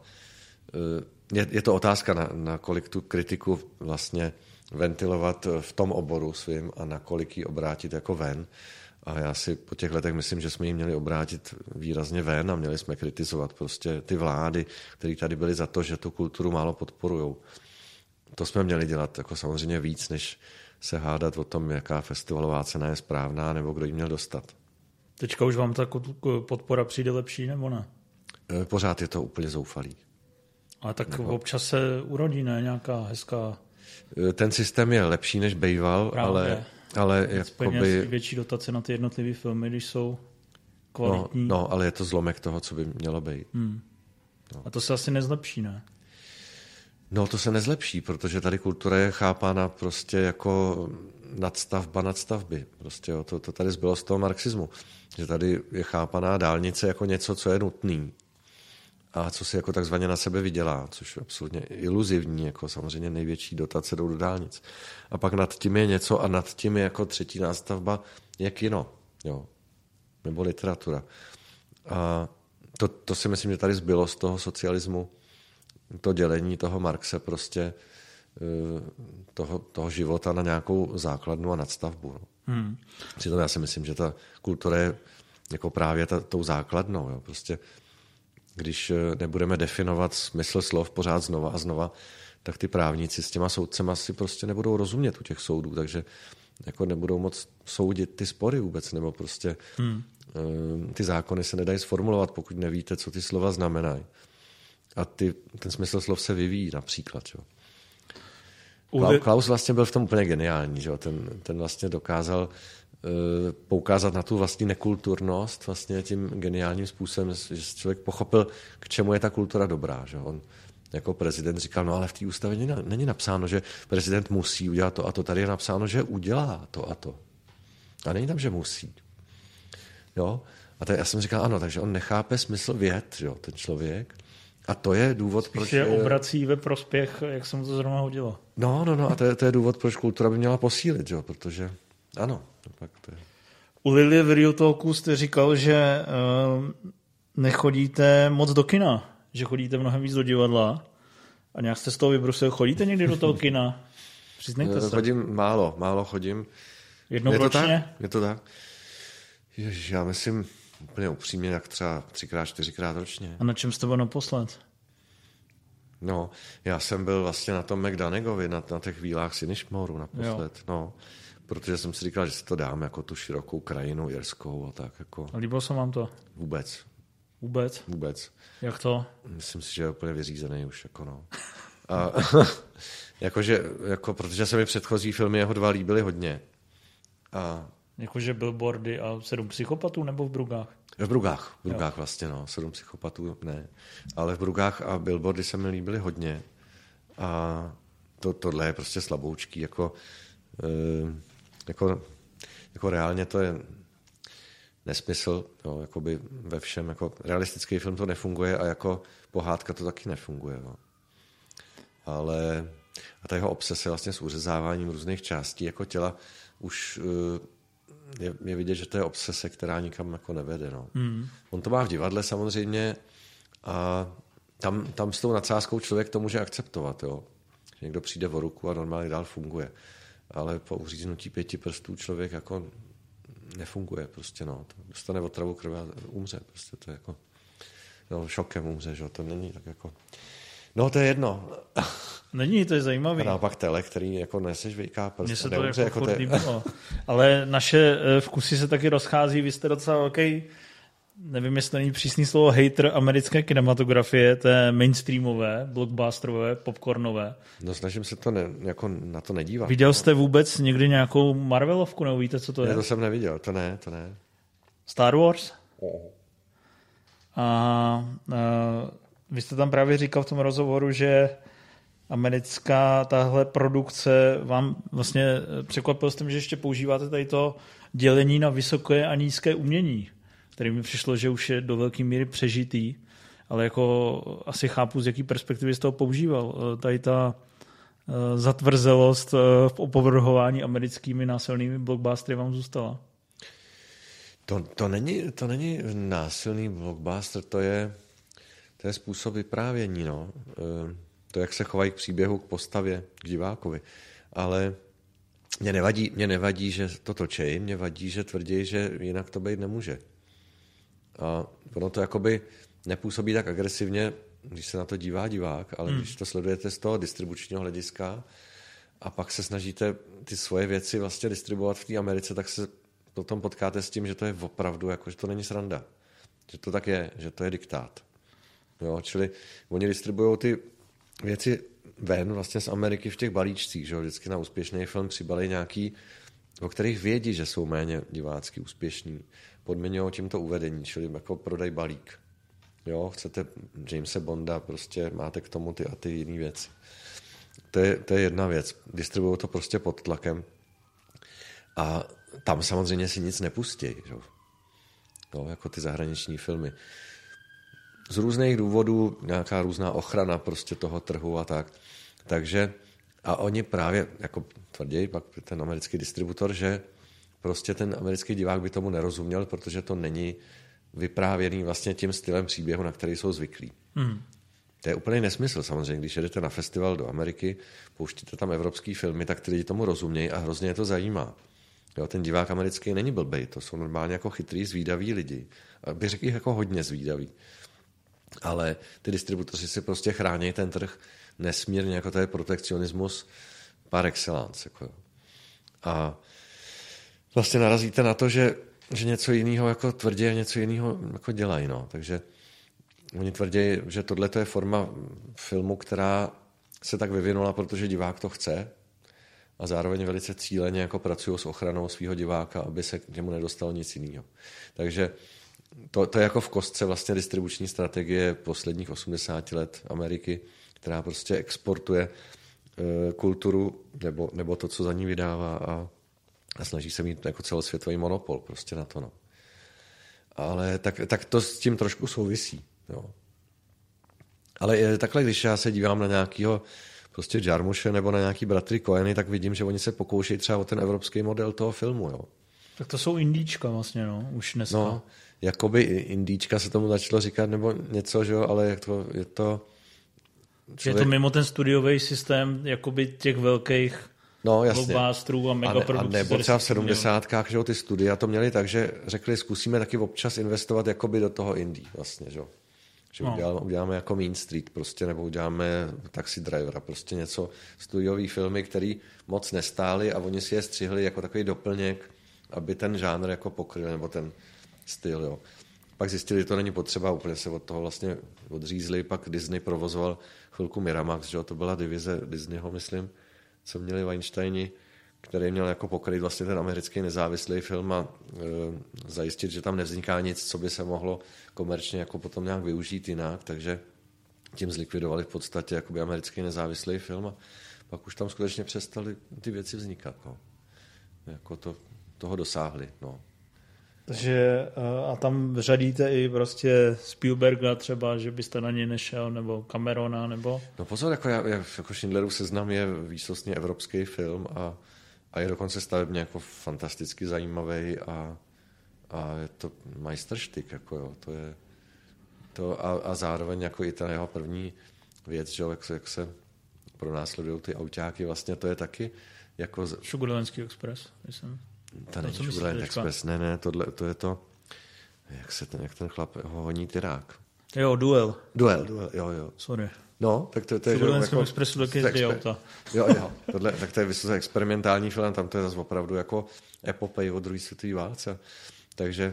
[SPEAKER 2] je to otázka, na kolik tu kritiku vlastně ventilovat v tom oboru svým a na kolik ji obrátit jako ven. A já si po těch letech myslím, že jsme ji měli obrátit výrazně ven a měli jsme kritizovat prostě ty vlády, které tady byly za to, že tu kulturu málo podporujou. To jsme měli dělat jako samozřejmě víc, než se hádat o tom, jaká festivalová cena je správná nebo kdo ji měl dostat.
[SPEAKER 1] Teďka už vám ta podpora přijde lepší, nebo ne?
[SPEAKER 2] Pořád je to úplně zoufalý.
[SPEAKER 1] A tak občas se urodí, ne? Nějaká hezká...
[SPEAKER 2] Ten systém je lepší, než bejval, ale jakoby...
[SPEAKER 1] větší dotace na ty jednotlivé filmy, když jsou kvalitní.
[SPEAKER 2] No, ale je to zlomek toho, co by mělo být.
[SPEAKER 1] No. A to se asi nezlepší, ne?
[SPEAKER 2] No, to se nezlepší, protože tady kultura je chápána prostě jako nadstavba nadstavby. Prostě to tady zbylo z toho marxismu. Že tady je chápaná dálnice jako něco, co je nutný. A co si jako takzvaně na sebe vydělá, což je absolutně iluzivní, jako samozřejmě největší dotace jdou do dálnic. A pak nad tím je něco a nad tím je jako třetí nástavba je kino, jo, nebo literatura. A to si myslím, že tady zbylo z toho socialismu, to dělení toho Marxe prostě toho života na nějakou základnu a nadstavbu. No. Přitom já si myslím, že ta kultura je jako právě tou základnou, jo, prostě když nebudeme definovat smysl slov pořád znova a znova, tak ty právníci s těma soudcema si prostě nebudou rozumět u těch soudů, takže jako nebudou moc soudit ty spory vůbec, nebo prostě ty zákony se nedají sformulovat, pokud nevíte, co ty slova znamenají. A ten smysl slov se vyvíjí například. Jo. Klaus vlastně byl v tom úplně geniální, že? Ten vlastně dokázal poukázat na tu vlastní nekulturnost vlastně tím geniálním způsobem, že člověk pochopil, k čemu je ta kultura dobrá. Že? On jako prezident říkal, no ale v té ústavě není napsáno, že prezident musí udělat to a to. Tady je napsáno, že udělá to a to. A není tam, že musí. Jo? A tak já jsem říkal, ano, takže on nechápe smysl vět, jo, ten člověk. A to je důvod, proč...
[SPEAKER 1] je obrací ve prospěch, jak se mu to zrovna hodilo.
[SPEAKER 2] No, a to je důvod, proč kultura by měla posílit, jo, protože ano. Tak to je.
[SPEAKER 1] U Lilie v Real Talku jste říkal, že nechodíte moc do kina, že chodíte mnohem víc do divadla a nějak jste z toho vybrusil. Chodíte někdy do toho kina? Přiznejte se.
[SPEAKER 2] Chodím málo chodím.
[SPEAKER 1] Jednou ročně?
[SPEAKER 2] Je to tak. Ježiš, já myslím úplně upřímně, jak třeba 3x, 4x ročně.
[SPEAKER 1] A na čem jste byl naposled?
[SPEAKER 2] No, já jsem byl vlastně na tom McDonegovi, na těch výlách Sinishmoru naposled. Jo. No, protože jsem si říkal, že si to dám jako tu širokou krajinu jirskou a tak jako. A
[SPEAKER 1] líbilo se vám to?
[SPEAKER 2] Vůbec.
[SPEAKER 1] Vůbec? Jak to?
[SPEAKER 2] Myslím si, že je úplně vyřízený už, jako no. A protože se mi předchozí filmy jeho 2 líbily hodně.
[SPEAKER 1] Jakože Billboardy a 7 psychopatů nebo v Brugách?
[SPEAKER 2] V Brugách vlastně, no. 7 psychopatů ne. Ale v Brugách a Billboardy se mi líbily hodně. A tohle je prostě slaboučký. Jako reálně to je nesmysl. Jo, jakoby ve všem. Jako realistický film to nefunguje a jako pohádka to taky nefunguje. Jo. Ale a ta jeho obsese vlastně s uřezáváním různých částí jako těla už... Je vidět, že to je obsese, která nikam jako nevede. No. On to má v divadle samozřejmě a tam s tou nadsázkou člověk to může akceptovat. Jo. Že někdo přijde o ruku a normálně dál funguje. Ale po uříznutí 5 prstů člověk jako nefunguje. Prostě, no. Dostane otravu krve a umře. Prostě to je jako, no, šokem umře. Že? To není tak jako... No to je jedno.
[SPEAKER 1] Není, to je zajímavý.
[SPEAKER 2] A naopak tele, který jako neseš vejká prst.
[SPEAKER 1] Mně se to jako furt líbilo. Ale naše vkusy se taky rozchází. Vy jste docela velký, nevím, jestli není přísný slovo, hater americké kinematografie, té mainstreamové, blockbusterové, popcornové.
[SPEAKER 2] No snažím se to jako na to nedívat.
[SPEAKER 1] Viděl jste vůbec někdy nějakou Marvelovku, nebo víte, co to je?
[SPEAKER 2] Ne, to jsem neviděl, to ne.
[SPEAKER 1] Star Wars? Vy jste tam právě říkal v tom rozhovoru, že americká tahle produkce vám vlastně překvapil jste, že ještě používáte tady to dělení na vysoké a nízké umění, který mi přišlo, že už je do velké míry přežitý, ale jako asi chápu, z jaký perspektivy jste to používal. Tady ta zatvrzelost v opovrhování americkými násilnými blockbustery vám zůstala.
[SPEAKER 2] To není násilný blockbuster, to je způsob vyprávění, no. To, jak se chovají k příběhu, k postavě, k divákovi. Ale mě nevadí, že to točí, mě vadí, že tvrdí, že jinak to být nemůže. A ono to jakoby nepůsobí tak agresivně, když se na to dívá divák, ale když to sledujete z toho distribučního hlediska a pak se snažíte ty svoje věci vlastně distribuovat v té Americe, tak se potom potkáte s tím, že to je opravdu, jako, že to není sranda. Že to tak je, že to je diktát. Jo, čili oni distribují ty věci ven vlastně z Ameriky v těch balíčcích, že jo, vždycky na úspěšný film přibalí nějaký, o kterých vědí, že jsou méně divácky úspěšní. Podmiňují tímto uvedení, čili jako prodej balík. Jo, chcete Jamese Bonda, prostě máte k tomu ty a ty jiné věci. To je jedna věc. Distribuují to prostě pod tlakem. A tam samozřejmě si nic nepustí, že jo, jako ty zahraniční filmy. Z různých důvodů, nějaká různá ochrana prostě toho trhu a tak. Takže, a oni právě jako tvrdí, pak ten americký distributor, že prostě ten americký divák by tomu nerozuměl, protože to není vyprávěný vlastně tím stylem příběhu, na který jsou zvyklí. To je úplný nesmysl samozřejmě, když jedete na festival do Ameriky, pouštíte tam evropský filmy, tak ty lidi tomu rozumějí a hrozně je to zajímá. Jo, ten divák americký není blbej, to jsou normálně jako chytrý, zvídaví lidi. A bych řekl jako hodně zvídaví. Ale ty distributoři si prostě chrání ten trh nesmírně, jako to je protekcionismus par excellence. Jako. A vlastně narazíte na to, že něco jiného jako tvrdí a něco jiného jako dělají. No. Takže oni tvrdí, že tohle je forma filmu, která se tak vyvinula, protože divák to chce a zároveň velice cíleně jako pracují s ochranou svého diváka, aby se k němu nedostalo nic jiného. Takže to je jako v kostce vlastně distribuční strategie posledních 80 let Ameriky, která prostě exportuje kulturu nebo to, co za ní vydává a snaží se mít jako celosvětový monopol prostě na to. No. Ale tak to s tím trošku souvisí. Jo. Ale takhle, když já se dívám na nějakého prostě Jarmusche nebo na nějaký bratry Coeny, tak vidím, že oni se pokoušejí třeba o ten evropský model toho filmu. Jo.
[SPEAKER 1] Tak to jsou indíčka vlastně, no, už dneska.
[SPEAKER 2] No, jakoby indíčka se tomu začalo říkat, nebo něco, že jo, ale je to
[SPEAKER 1] člověk... Je to mimo ten studiový systém jakoby těch velkých blockbusterů a megaprodukcí.
[SPEAKER 2] A nebo třeba v 70kách, že jo, ty studia to měli tak, že řekli, zkusíme taky občas investovat jakoby do toho indie vlastně, že jo. Že uděláme jako Mean Street prostě, nebo uděláme Taxi Drivera, prostě něco, studiový filmy, který moc nestály a oni si je střihli jako takový doplněk, aby ten žánr jako pokryl, nebo ten styl, jo. Pak zjistili, že to není potřeba, úplně se od toho vlastně odřízli, pak Disney provozoval chvilku Miramax, že jo, to byla divize Disneyho, myslím, co měli Weinsteini, který měl jako pokryt vlastně ten americký nezávislý film a zajistit, že tam nevzniká nic, co by se mohlo komerčně jako potom nějak využít jinak, takže tím zlikvidovali v podstatě jakoby americký nezávislý film a pak už tam skutečně přestaly ty věci vznikat. No. Jako toho dosáhli. No.
[SPEAKER 1] Takže a tam řadíte i prostě Spielberga třeba, že byste na něj nešel, nebo Camerona, nebo...
[SPEAKER 2] No pozor, jako Schindlerův seznam je výsostně evropský film a je dokonce stavebně jako fantasticky zajímavý a je to majstrštyk, jako jo, to je to a zároveň jako i ta jeho první věc, že jo, jak se pronásledují ty autáky, vlastně to je taky jako...
[SPEAKER 1] Sugarlandský Express, myslím.
[SPEAKER 2] To není Sugarland Express, ne, to je to, jak ten chlap ho honí tyrák.
[SPEAKER 1] Jo, Duel,
[SPEAKER 2] jo.
[SPEAKER 1] Sorry.
[SPEAKER 2] No, tak to je... V
[SPEAKER 1] Sugarlandském Expressu taky jezdí auta.
[SPEAKER 2] Jo, tak to je vysoce experimentální film, tam to je zase opravdu jako epopej od druhé světové válce. Takže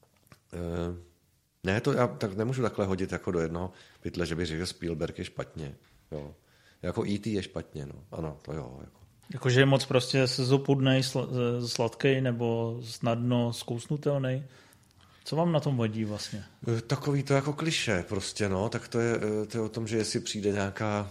[SPEAKER 2] ne, to já tak nemůžu takhle hodit jako do jednoho pytle, že bych řekl, že Spielberg je špatně. Jo. Jako E.T. je špatně, no. Ano, to jo.
[SPEAKER 1] Jakože je moc prostě sezopudnej, sladkej nebo snadno zkousnutelnej. Co vám na tom vadí vlastně?
[SPEAKER 2] Takový to jako klišé prostě, no. Tak to je o tom, že jestli přijde nějaká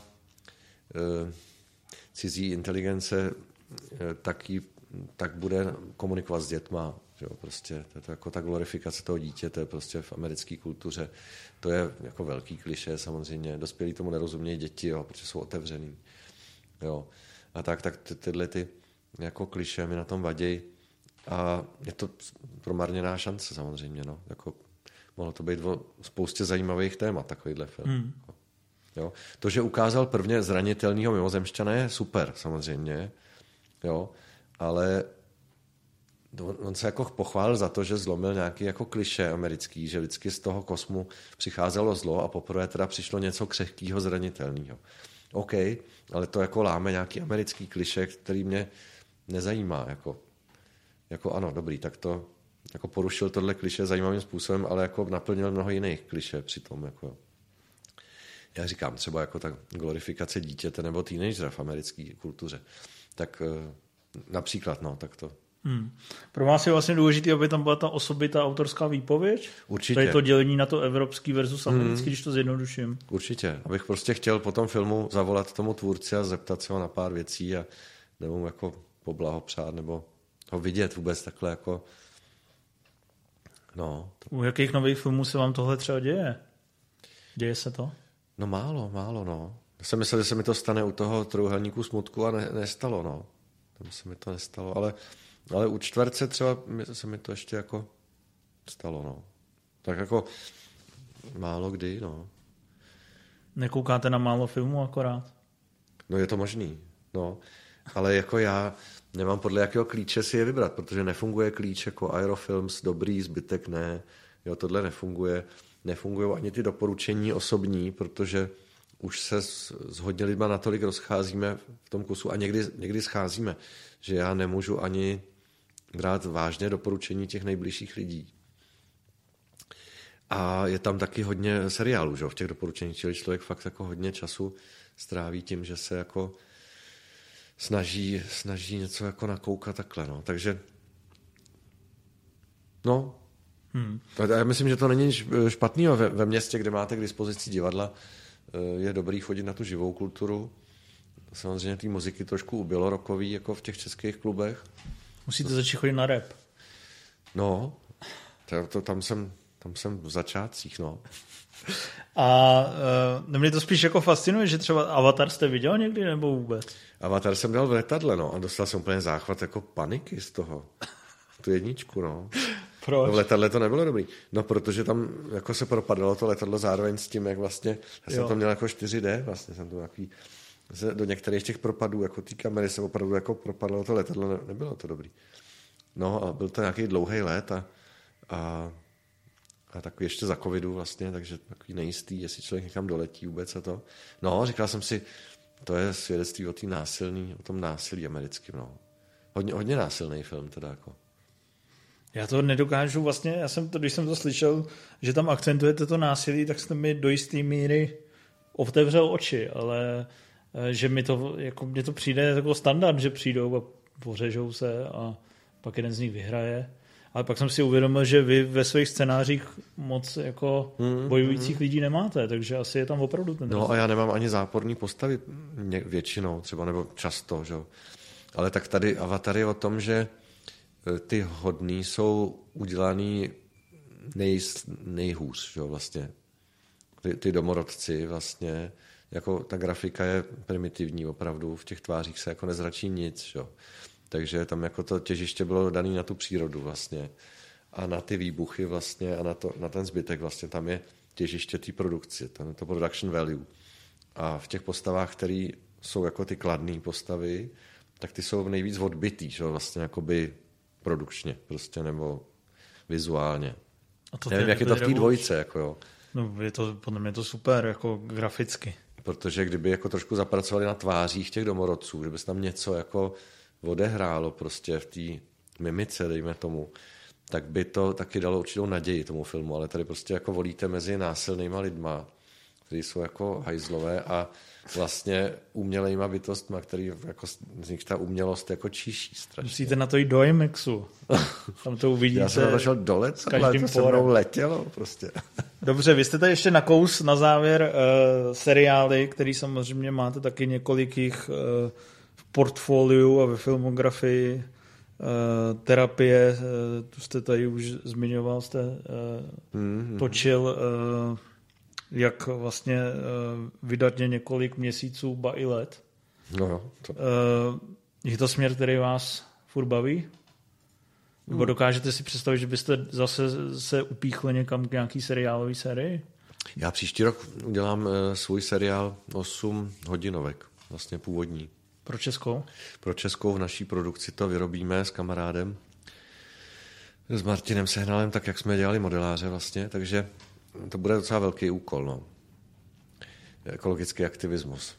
[SPEAKER 2] cizí inteligence, tak bude komunikovat s dětma. Jo, prostě, to je to jako ta glorifikace toho dítěte prostě v americké kultuře. To je jako velký klišé samozřejmě. Dospělí tomu nerozumějí děti, jo, protože jsou otevřený. Jo. A tak tyhle ty jako klišé mi na tom vadějí. A je to promarněná šance samozřejmě. No. Jako, mohlo to být o spoustě zajímavých témat, takovýhle film. Jo. To, že ukázal prvně zranitelného mimozemšťana, je super samozřejmě. Jo. Ale on se jako pochválil za to, že zlomil nějaký jako klišé americký, že vždycky z toho kosmu přicházelo zlo a poprvé teda přišlo něco křehkýho, zranitelného. OK, ale to jako láme nějaký americký klišé, který mě nezajímá. Jako ano, dobrý, tak to jako porušil tohle klišé zajímavým způsobem, ale jako naplnil mnoho jiných klišé přitom. Jako. Já říkám třeba jako ta glorifikace dítěte nebo teenagera v americké kultuře. Tak například, no, tak to.
[SPEAKER 1] Pro vás je vlastně důležité, aby tam byla ta osobitá autorská výpověď?
[SPEAKER 2] Určitě.
[SPEAKER 1] To je to dělení na to evropský versus americký, když to zjednoduším.
[SPEAKER 2] Určitě. Abych prostě chtěl po tom filmu zavolat tomu tvůrci a zeptat se ho na pár věcí a nebo mu jako poblahopřát, nebo ho vidět vůbec takhle jako no.
[SPEAKER 1] U jakých nových filmů se vám tohle třeba děje? Děje se to?
[SPEAKER 2] No málo, no. Já jsem myslel, že se mi to stane u toho Trojúhelníku smutku a nestalo, no. Tam se mi to nestalo, ale u Čtverce třeba se mi to ještě jako stalo, no. Tak jako málo kdy, no.
[SPEAKER 1] Nekoukáte na málo filmů akorát?
[SPEAKER 2] No je to možný, no. Ale jako já nemám podle jakého klíče si je vybrat, protože nefunguje klíč jako Aerofilms, dobrý, zbytek ne. Jo, tohle nefunguje. Nefungují ani ty doporučení osobní, protože už se s hodně lidma natolik rozcházíme v tom kusu a někdy scházíme, že já nemůžu ani brát vážně doporučení těch nejbližších lidí. A je tam taky hodně seriálů, že? V těch doporučeních, čili člověk fakt jako hodně času stráví tím, že se jako snaží něco jako nakoukat takhle, no. Takže no. A já myslím, že to není špatný ve městě, kde máte k dispozici divadla, je dobrý chodit na tu živou kulturu. Samozřejmě té muziky trošku ubylo rokový, jako v těch českých klubech.
[SPEAKER 1] Musíte začít chodit na rap.
[SPEAKER 2] No, tam jsem v začátcích, no.
[SPEAKER 1] A mě to spíš jako fascinuje, že třeba Avatar jste viděl někdy, nebo vůbec?
[SPEAKER 2] Avatar jsem dal v letadle, no, a dostal jsem úplně záchvat jako paniky z toho. Tu jedničku, no.
[SPEAKER 1] Proč?
[SPEAKER 2] No v letadle to nebylo dobrý. No, protože tam jako se propadalo to letadlo zároveň s tím, jak vlastně, já jsem to měl jako 4D, vlastně jsem to takový, do některých těch propadů, jako té kamery se opravdu jako propadlo to letadlo, nebylo to dobrý. No a byl to nějaký dlouhý let a takový ještě za covidu vlastně, takže takový nejistý, jestli člověk někam doletí vůbec a to. No, říkal jsem si, to je svědectví o tom násilí americkém, no. Hodně násilný film teda jako.
[SPEAKER 1] Já to nedokážu vlastně, když jsem to slyšel, že tam akcentujete to násilí, tak jste mi do jisté míry otevřel oči, ale že mně to přijde jako standard, že přijdou a pořežou se a pak jeden z nich vyhraje. Ale pak jsem si uvědomil, že vy ve svých scénářích moc jako bojujících lidí nemáte, takže asi je tam opravdu ten.
[SPEAKER 2] No a já nemám ani záporný postavy většinou třeba, nebo často, že? Ale tak tady Avatar je o tom, že ty hodný jsou udělaný nejhůř, že? Vlastně. Ty domorodci vlastně, jako ta grafika je primitivní opravdu, v těch tvářích se jako nezračí nic, že? Takže tam jako to těžiště bylo dané na tu přírodu vlastně a na ty výbuchy vlastně a na ten zbytek vlastně tam je těžiště té produkce, tam je to production value. A v těch postavách, které jsou jako ty kladné postavy, tak ty jsou nejvíc odbitý, že vlastně jakoby produkčně prostě nebo vizuálně.
[SPEAKER 1] A to
[SPEAKER 2] nevím, jak je to v té dvojce, jako jo.
[SPEAKER 1] No, je to podle mě to super, jako graficky.
[SPEAKER 2] Protože kdyby jako trošku zapracovali na tvářích těch domorodců, kdyby se tam něco jako odehrálo prostě v té mimice, dejme tomu, tak by to taky dalo určitou naději tomu filmu, ale tady prostě jako volíte mezi násilnýma lidma, kteří jsou jako hajzlové a vlastně umělejma bytostma, který jako z nich ta umělost jako čiší strašně.
[SPEAKER 1] Musíte na to jít do IMAXu. Tam to uvidíte.
[SPEAKER 2] Já jsem došel do letadla, to se mnou letělo prostě.
[SPEAKER 1] Dobře, vy jste tady ještě nakous na závěr seriály, který samozřejmě máte taky několik jich v portfoliu a ve filmografii. Terapie, tu jste tady už zmiňoval, jste točil jak vlastně vydatně několik měsíců, ba i let.
[SPEAKER 2] No,
[SPEAKER 1] je to směr, který vás furt baví? Nebo dokážete si představit, že byste zase se upíchli někam k nějaký seriálový sérii?
[SPEAKER 2] Já příští rok udělám svůj seriál 8 hodinovek, vlastně původní.
[SPEAKER 1] Pro Českou?
[SPEAKER 2] Pro Českou v naší produkci to vyrobíme s kamarádem, s Martinem Sehnalem, tak jak jsme dělali modeláře vlastně, takže to bude docela velký úkol, no. Ekologický aktivismus.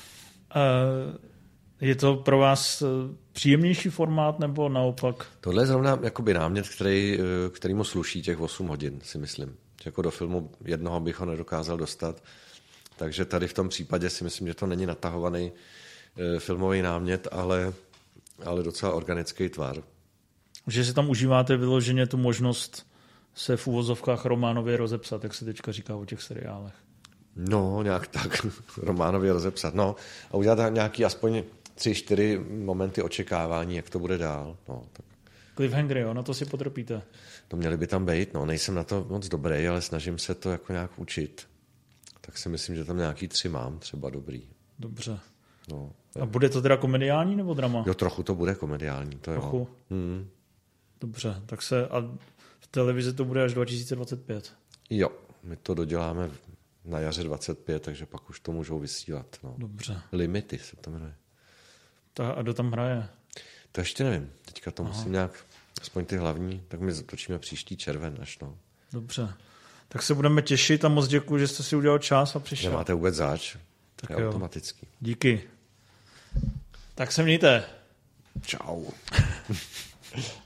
[SPEAKER 1] Je to pro vás příjemnější formát, nebo naopak?
[SPEAKER 2] Tohle je zrovna jakoby námět, kterýmu sluší těch 8 hodin, si myslím. Jako do filmu jednoho bych ho nedokázal dostat. Takže tady v tom případě si myslím, že to není natahovaný filmový námět, ale docela organický tvar.
[SPEAKER 1] Že si tam užíváte vyloženě tu možnost se v uvozovkách románově rozepsat, jak se teďka říká o těch seriálech.
[SPEAKER 2] No, nějak tak, románově rozepsat. No, a udělat nějaký aspoň 3-4 momenty očekávání, jak to bude dál. No, tak.
[SPEAKER 1] Cliffhanger, jo, na to si potrpíte.
[SPEAKER 2] To měly by tam být, no, nejsem na to moc dobrý, ale snažím se to jako nějak učit. Tak si myslím, že tam nějaký 3 mám, třeba dobrý.
[SPEAKER 1] Dobře.
[SPEAKER 2] No,
[SPEAKER 1] a bude to teda komediální nebo drama?
[SPEAKER 2] Jo, trochu to bude komediální, to jo.
[SPEAKER 1] Trochu? Dobře, tak a v televizi to bude až 2025.
[SPEAKER 2] Jo, my to doděláme na jaře 25, takže pak už to můžou vysílat. No.
[SPEAKER 1] Dobře.
[SPEAKER 2] Limity se to jmenuje.
[SPEAKER 1] A kdo tam hraje?
[SPEAKER 2] To ještě nevím. Teďka to musím nějak, aspoň ty hlavní, tak my točíme příští červen až, no.
[SPEAKER 1] Dobře. Tak se budeme těšit a moc děkuji, že jste si udělal čas a přišel.
[SPEAKER 2] Nemáte vůbec zač.
[SPEAKER 1] Tak
[SPEAKER 2] je automatický.
[SPEAKER 1] Díky. Tak se mějte.
[SPEAKER 2] Čau.